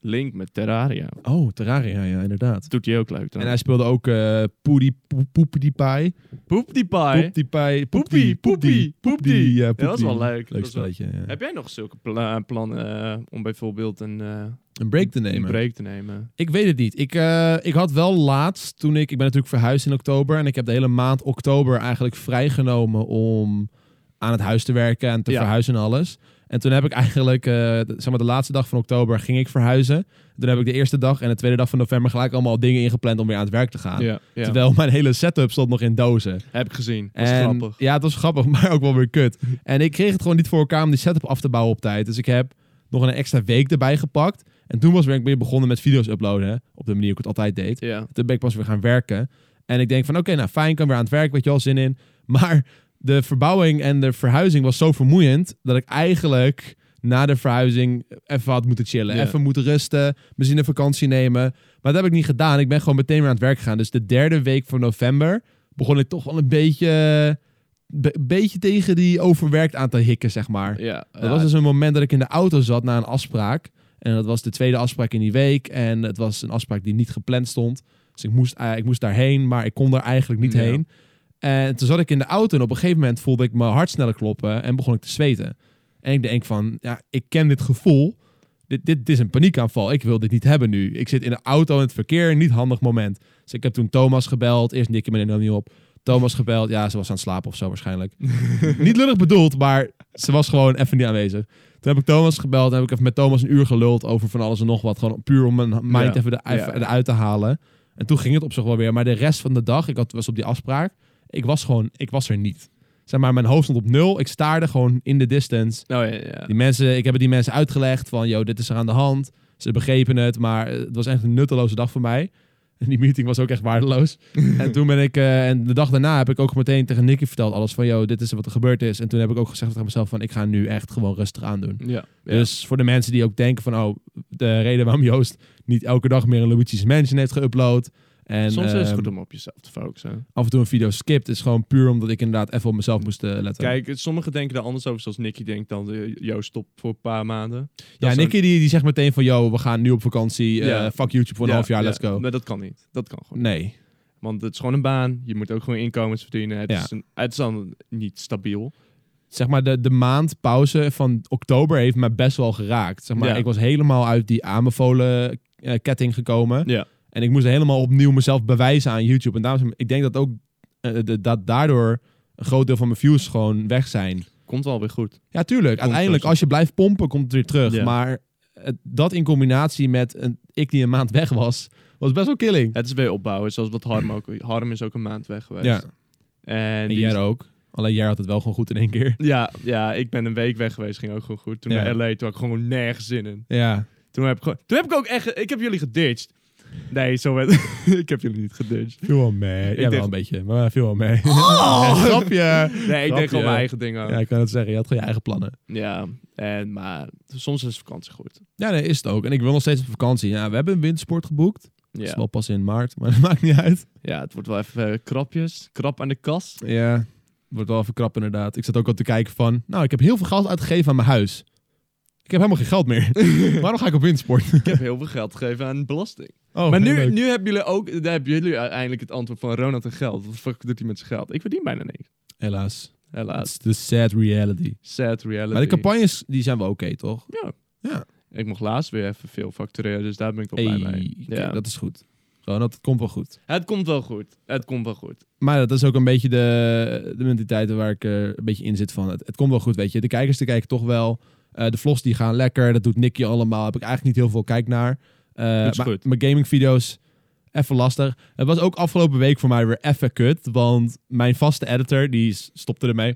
Link met Terraria. Oh, Terraria, ja, inderdaad. Dat doet hij ook leuk dan. En hij speelde ook uh, Poedie Poepie Pie. Poep die pie. Poep die Pie. Poepie, poepie, poepie. Ja, Ja, dat is wel leuk. Leuk Dat is wel- spelletje, ja. Heb jij nog zulke pla- plannen uh, om bijvoorbeeld een, uh, Een break te een nemen. break te nemen? Ik weet het niet. Ik, uh, ik had wel laatst, toen ik... Ik ben natuurlijk verhuisd in oktober. En ik heb de hele maand oktober eigenlijk vrijgenomen om aan het huis te werken en te Ja. verhuizen en alles. En toen heb ik eigenlijk, uh, de, zeg maar de laatste dag van oktober ging ik verhuizen. Toen heb ik de eerste dag en de tweede dag van november gelijk allemaal dingen ingepland om weer aan het werk te gaan. Ja, ja. Terwijl mijn hele setup stond nog in dozen. Heb ik gezien. Dat is En- grappig. Ja, het was grappig, maar ook wel weer kut. En ik kreeg het gewoon niet voor elkaar om die setup af te bouwen op tijd. Dus ik heb nog een extra week erbij gepakt. En toen was ik weer begonnen met video's uploaden. Hè, op de manier hoe ik het altijd deed. Ja. Toen ben ik pas weer gaan werken. En ik denk van, oké, nou fijn, ik kan weer aan het werk, weet je wel, zin in. Maar de verbouwing en de verhuizing was zo vermoeiend dat ik eigenlijk na de verhuizing even had moeten chillen. Ja. Even moeten rusten, misschien een vakantie nemen. Maar dat heb ik niet gedaan. Ik ben gewoon meteen weer aan het werk gegaan. Dus de derde week van november begon ik toch wel een beetje, be- beetje tegen die overwerkt aan te hikken, zeg maar. Ja, Dat was dus een moment dat ik in de auto zat na een afspraak. En dat was de tweede afspraak in die week. En het was een afspraak die niet gepland stond. Dus ik moest, uh, ik moest daarheen, maar ik kon daar eigenlijk niet Ja. heen. En toen zat ik in de auto en op een gegeven moment voelde ik mijn hart sneller kloppen en begon ik te zweten. En ik denk van, ja, ik ken dit gevoel. Dit, dit, dit is een paniekaanval. Ik wil dit niet hebben nu. Ik zit in de auto in het verkeer, niet handig moment. Dus ik heb toen Thomas gebeld. Eerst Nicky, maar nog niet op. Thomas gebeld. Ja, ze was aan het slapen of zo waarschijnlijk. Niet lullig bedoeld, maar ze was gewoon even niet aanwezig. Toen heb ik Thomas gebeld en heb ik even met Thomas een uur geluld over van alles en nog wat. Gewoon puur om mijn mind Ja. even, de, even Ja. eruit te halen. En toen ging het op zich wel weer. Maar de rest van de dag, ik had, was op die afspraak. Ik was gewoon, ik was er niet. Zeg maar, mijn hoofd stond op nul. Ik staarde gewoon in de distance. Oh ja, ja. Die mensen, ik heb het die mensen uitgelegd van, yo, dit is er aan de hand. Ze begrepen het, maar het was echt een nutteloze dag voor mij. En die meeting was ook echt waardeloos. En toen ben ik, uh, en de dag daarna heb ik ook meteen tegen Nicky verteld alles van, yo, dit is wat er gebeurd is. En toen heb ik ook gezegd tegen mezelf van, ik ga nu echt gewoon rustig aandoen. Ja. Ja. Dus voor de mensen die ook denken van, oh, de reden waarom Joost niet elke dag meer een Luigi's Mansion heeft geüpload. En Soms is het ehm, goed om op jezelf te focussen. af en toe een video skipt, is gewoon puur omdat ik inderdaad even op mezelf moest uh, letten. Kijk, sommigen denken er anders over, zoals Nicky denkt dan uh, Joost stop voor een paar maanden. Dat ja, is Nicky die, die zegt meteen van, yo, we gaan nu op vakantie. Uh, Ja. Fuck YouTube voor een Ja, half jaar, ja, let's go. Maar dat kan niet. Dat kan gewoon. Nee. Want het is gewoon een baan. Je moet ook gewoon inkomens verdienen. Het, Ja. is, een, het is dan niet stabiel. Zeg maar, de, de maand pauze van oktober heeft me best wel geraakt. Zeg maar, Ja. ik was helemaal uit die aanbevolen uh, ketting gekomen. Ja. En ik moest helemaal opnieuw mezelf bewijzen aan YouTube. En daarom, ik denk dat ook uh, de, dat daardoor een groot deel van mijn views gewoon weg zijn. Komt wel weer goed. Ja, tuurlijk. Uiteindelijk, wel. als je blijft pompen, komt het weer terug. Ja. Maar uh, dat in combinatie met een, ik die een maand weg was, was best wel killing. Het is weer opbouwen. Zoals wat Harm ook. Harm is ook een maand weg geweest. Ja, En, en die- jij ook. Alleen jij had het wel gewoon goed in één keer. Ja, ja, ik ben een week weg geweest. Ging ook gewoon goed. Toen Ja. naar L A, toen had ik gewoon nergens zin in. Ja. Toen heb ik, gewoon, toen heb ik ook echt... Ik heb jullie geditcht. Nee, zo werd... ik heb jullie niet geditcht. Viel wel mee. Ja, denk- wel een beetje, maar viel wel mee. Oh! grapje. Nee, ik deed Grapje. gewoon mijn eigen dingen. Ja, ik kan het zeggen. Je had gewoon je eigen plannen. Ja, en, maar soms is vakantie goed. Ja, nee, is het ook. En ik wil nog steeds op vakantie. Ja, we hebben een wintersport geboekt. Dat is Ja, wel pas in maart, maar dat maakt niet uit. ja het wordt wel even uh, krapjes. Krap aan de kas. Ja, wordt wel even krap inderdaad. Ik zat ook al te kijken van, nou, ik heb heel veel geld uitgegeven aan mijn huis. Ik heb helemaal geen geld meer. Waarom ga ik op wintersport? Ik heb heel veel geld gegeven aan belasting. Oh, maar nu, leuk. nu hebben jullie ook... Daar hebben jullie uiteindelijk het antwoord van Ronald en geld. Wat de fuck doet hij met zijn geld? Ik verdien bijna niks. Helaas. Helaas. That's the sad reality. Sad reality. Maar de campagnes, die zijn wel oké, toch? Ja. Ja. Ik mocht laatst weer even veel factureren, dus daar ben ik wel Hey, blij mee. oké, Ja. dat is goed. Gewoon, dat komt wel goed. Het komt wel goed. Het komt wel goed. Maar dat is ook een beetje de, de mentaliteit waar ik uh, een beetje in zit van. Het, het komt wel goed, weet je. De kijkers die kijken toch wel. Uh, de vlogs die gaan lekker. Dat doet Nicky allemaal. Heb ik eigenlijk niet heel veel kijk naar. Uh, Dat is maar goed. mijn gamingvideo's, even lastig. Het was ook afgelopen week voor mij weer even kut. Want mijn vaste editor, die s- stopte ermee.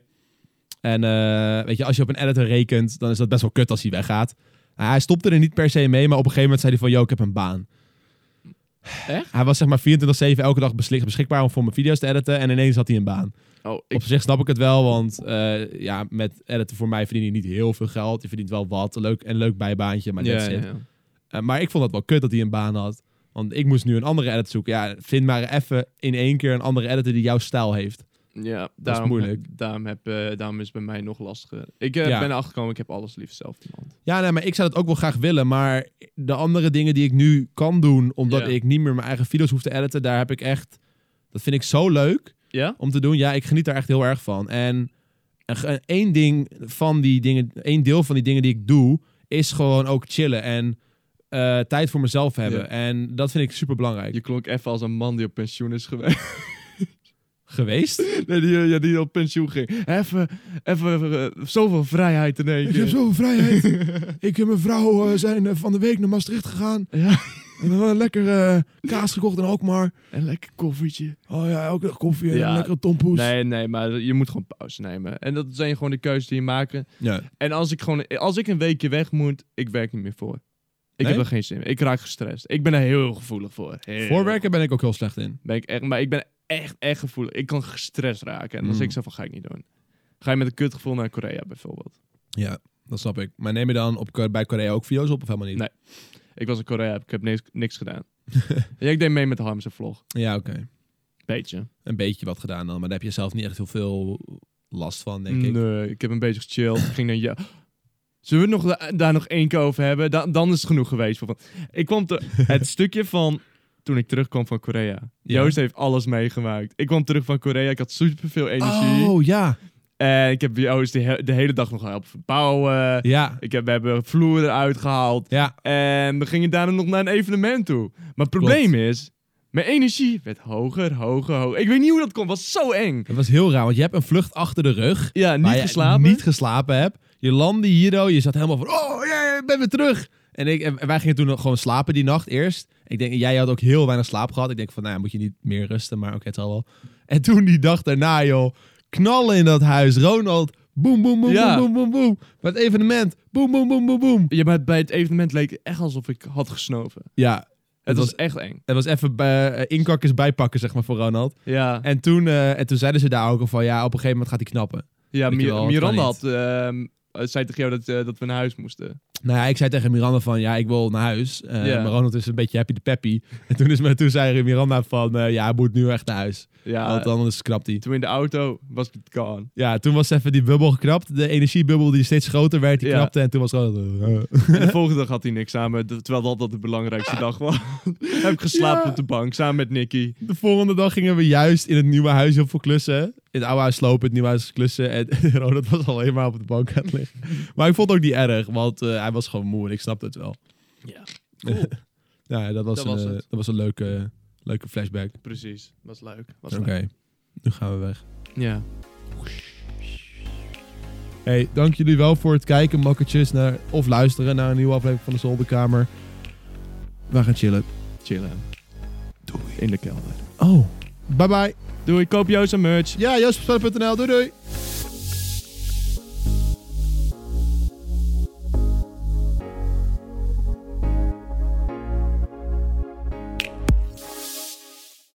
En uh, weet je, als je op een editor rekent, dan is dat best wel kut als hij weggaat. Uh, hij stopte er niet per se mee, maar op een gegeven moment zei hij van, yo, ik heb een baan. Echt? Hij was zeg maar vierentwintig zeven elke dag beschik- beschikbaar om voor mijn video's te editen. En ineens had hij een baan. Oh, ik, Op zich snap ik het wel, want uh, ja, met editen voor mij verdien je niet heel veel geld. Je verdient wel wat, leuk en leuk bijbaantje, maar ja, that's ja, it. ja. Uh, maar ik vond het wel kut dat hij een baan had. Want ik moest nu een andere editor zoeken. Ja, vind maar even in één keer een andere editor die jouw stijl heeft. Ja, daarom, moeilijk. Daarom, heb, uh, daarom is het bij mij nog lastiger. Ik uh, Ja. ben erachter gekomen, ik heb alles liefst zelf in de hand. Ja, nee, maar ik zou dat ook wel graag willen. Maar de andere dingen die ik nu kan doen, omdat Ja. ik niet meer mijn eigen video's hoef te editen, daar heb ik echt... Dat vind ik zo leuk Ja? om te doen. Ja, ik geniet daar echt heel erg van. En en één ding van die dingen, één deel van die dingen die ik doe, is gewoon ook chillen en uh, tijd voor mezelf hebben. Ja. En dat vind ik super belangrijk. Je klonk even als een man die op pensioen is geweest. Geweest? Nee, die, ja, die op pensioen ging. Even, even uh, zoveel vrijheid in één keer. zoveel vrijheid. ik en mijn vrouw uh, zijn uh, van de week naar Maastricht gegaan. Ja. En dan een lekker uh, kaas gekocht in Alkmaar. Een lekker koffietje. Oh ja, elke dag koffie en Ja. een lekkere tompoes. Nee, nee, maar je moet gewoon pauze nemen. En dat zijn gewoon de keuzes die je maakt. Ja. En als ik gewoon, als ik een weekje weg moet, ik werk niet meer voor. Ik Nee? heb er geen zin in. Ik raak gestrest. Ik ben er heel gevoelig voor. Heel Voorwerken ben ik ook heel slecht in. Ben ik echt, maar ik ben echt, echt gevoelig. Ik kan gestrest raken. En dan Mm. zeg ik zo van, ga ik niet doen. Ga je met een kutgevoel naar Korea bijvoorbeeld? Ja, dat snap ik. Maar neem je dan op, bij Korea ook video's op of helemaal niet? Nee. Ik was in Korea, ik heb niks, niks gedaan. Ja, ik deed mee met Harm's vlog. Ja, oké. Okay. Beetje. Een beetje wat gedaan dan, maar daar heb je zelf niet echt heel veel last van, denk ik. Nee, ik heb een beetje gechilled. Ik ging naar ja. Zullen we het nog, daar nog één keer over hebben? Da dan is het genoeg geweest. Ik kwam te, het stukje van toen ik terugkwam van Korea. Ja. Joost heeft alles meegemaakt. Ik kwam terug van Korea. Ik had super veel energie. Oh, ja. En ik heb Joost de, he de hele dag nog helpen verbouwen. Ja. Ik heb, we hebben vloer eruit gehaald. Ja. En we gingen daarna nog naar een evenement toe. Maar het probleem Klopt. is, mijn energie werd hoger, hoger, hoger. Ik weet niet hoe dat kon. Het was zo eng. Dat was heel raar, want je hebt een vlucht achter de rug. Ja, niet waar je geslapen. niet geslapen hebt. Je landde hier, oh, je zat helemaal van, oh, ja, ja, ik ben weer terug. En, ik, en wij gingen toen nog gewoon slapen die nacht eerst. Ik denk, jij had ook heel weinig slaap gehad. Ik denk van, nou ja, moet je niet meer rusten, maar oké, okay, het zal wel. En toen die dag daarna, joh, knallen in dat huis. Ronald, boem, boem, boem, Ja. boem, boem, boem. Bij het evenement, boem, boem, boem, boem, boem. Ja, maar bij het evenement leek het echt alsof ik had gesnoven. Ja, Het, Het was, was- echt eng. het was even bij, uh, inkakkers bijpakken, zeg maar, voor Ronald. Ja, En toen, uh, en toen zeiden ze daar ook al van, ja, op een gegeven moment gaat hij knappen. ja weet je Mi- wel, het Miranda kan had, ehm, zei tegen jou dat, eh, dat we naar huis moesten. Nou ja, ik zei tegen Miranda van, ja, ik wil naar huis. Uh, Ja. Maar Ronald is een beetje happy de peppy. En toen, is me, toen zei Miranda van, uh, ja, hij moet nu echt naar huis. Ja, Want anders knapt hij. toen in de auto was het gone. Ja, toen was even die bubbel geknapt. De energiebubbel die steeds groter werd, die Ja. knapte. En toen was gewoon... uh, En de volgende dag had hij niks samen, terwijl dat, dat de belangrijkste dag was. Heb ik geslapen Ja. op de bank, samen met Nicky. De volgende dag gingen we juist in het nieuwe huis heel veel klussen. In het oude huis slopen, het nieuwe huis klussen. En Ronald was al helemaal op de bank aan het liggen. Maar ik vond het ook niet erg, want uh, hij was gewoon moe en ik snapte het wel. Ja, cool. Ja, dat was, Dat een, was uh, het. dat was een leuke, leuke flashback. Precies, was leuk. Was Oké, leuk. nu gaan we weg. Ja. Hey, dank jullie wel voor het kijken, makkertjes, naar, of luisteren naar een nieuwe aflevering van de Zolderkamer. We gaan chillen. Chillen. Doei. In de kelder. Oh, bye bye. Doei, koop Joost een merch. Ja, joost punt n l, doei doei.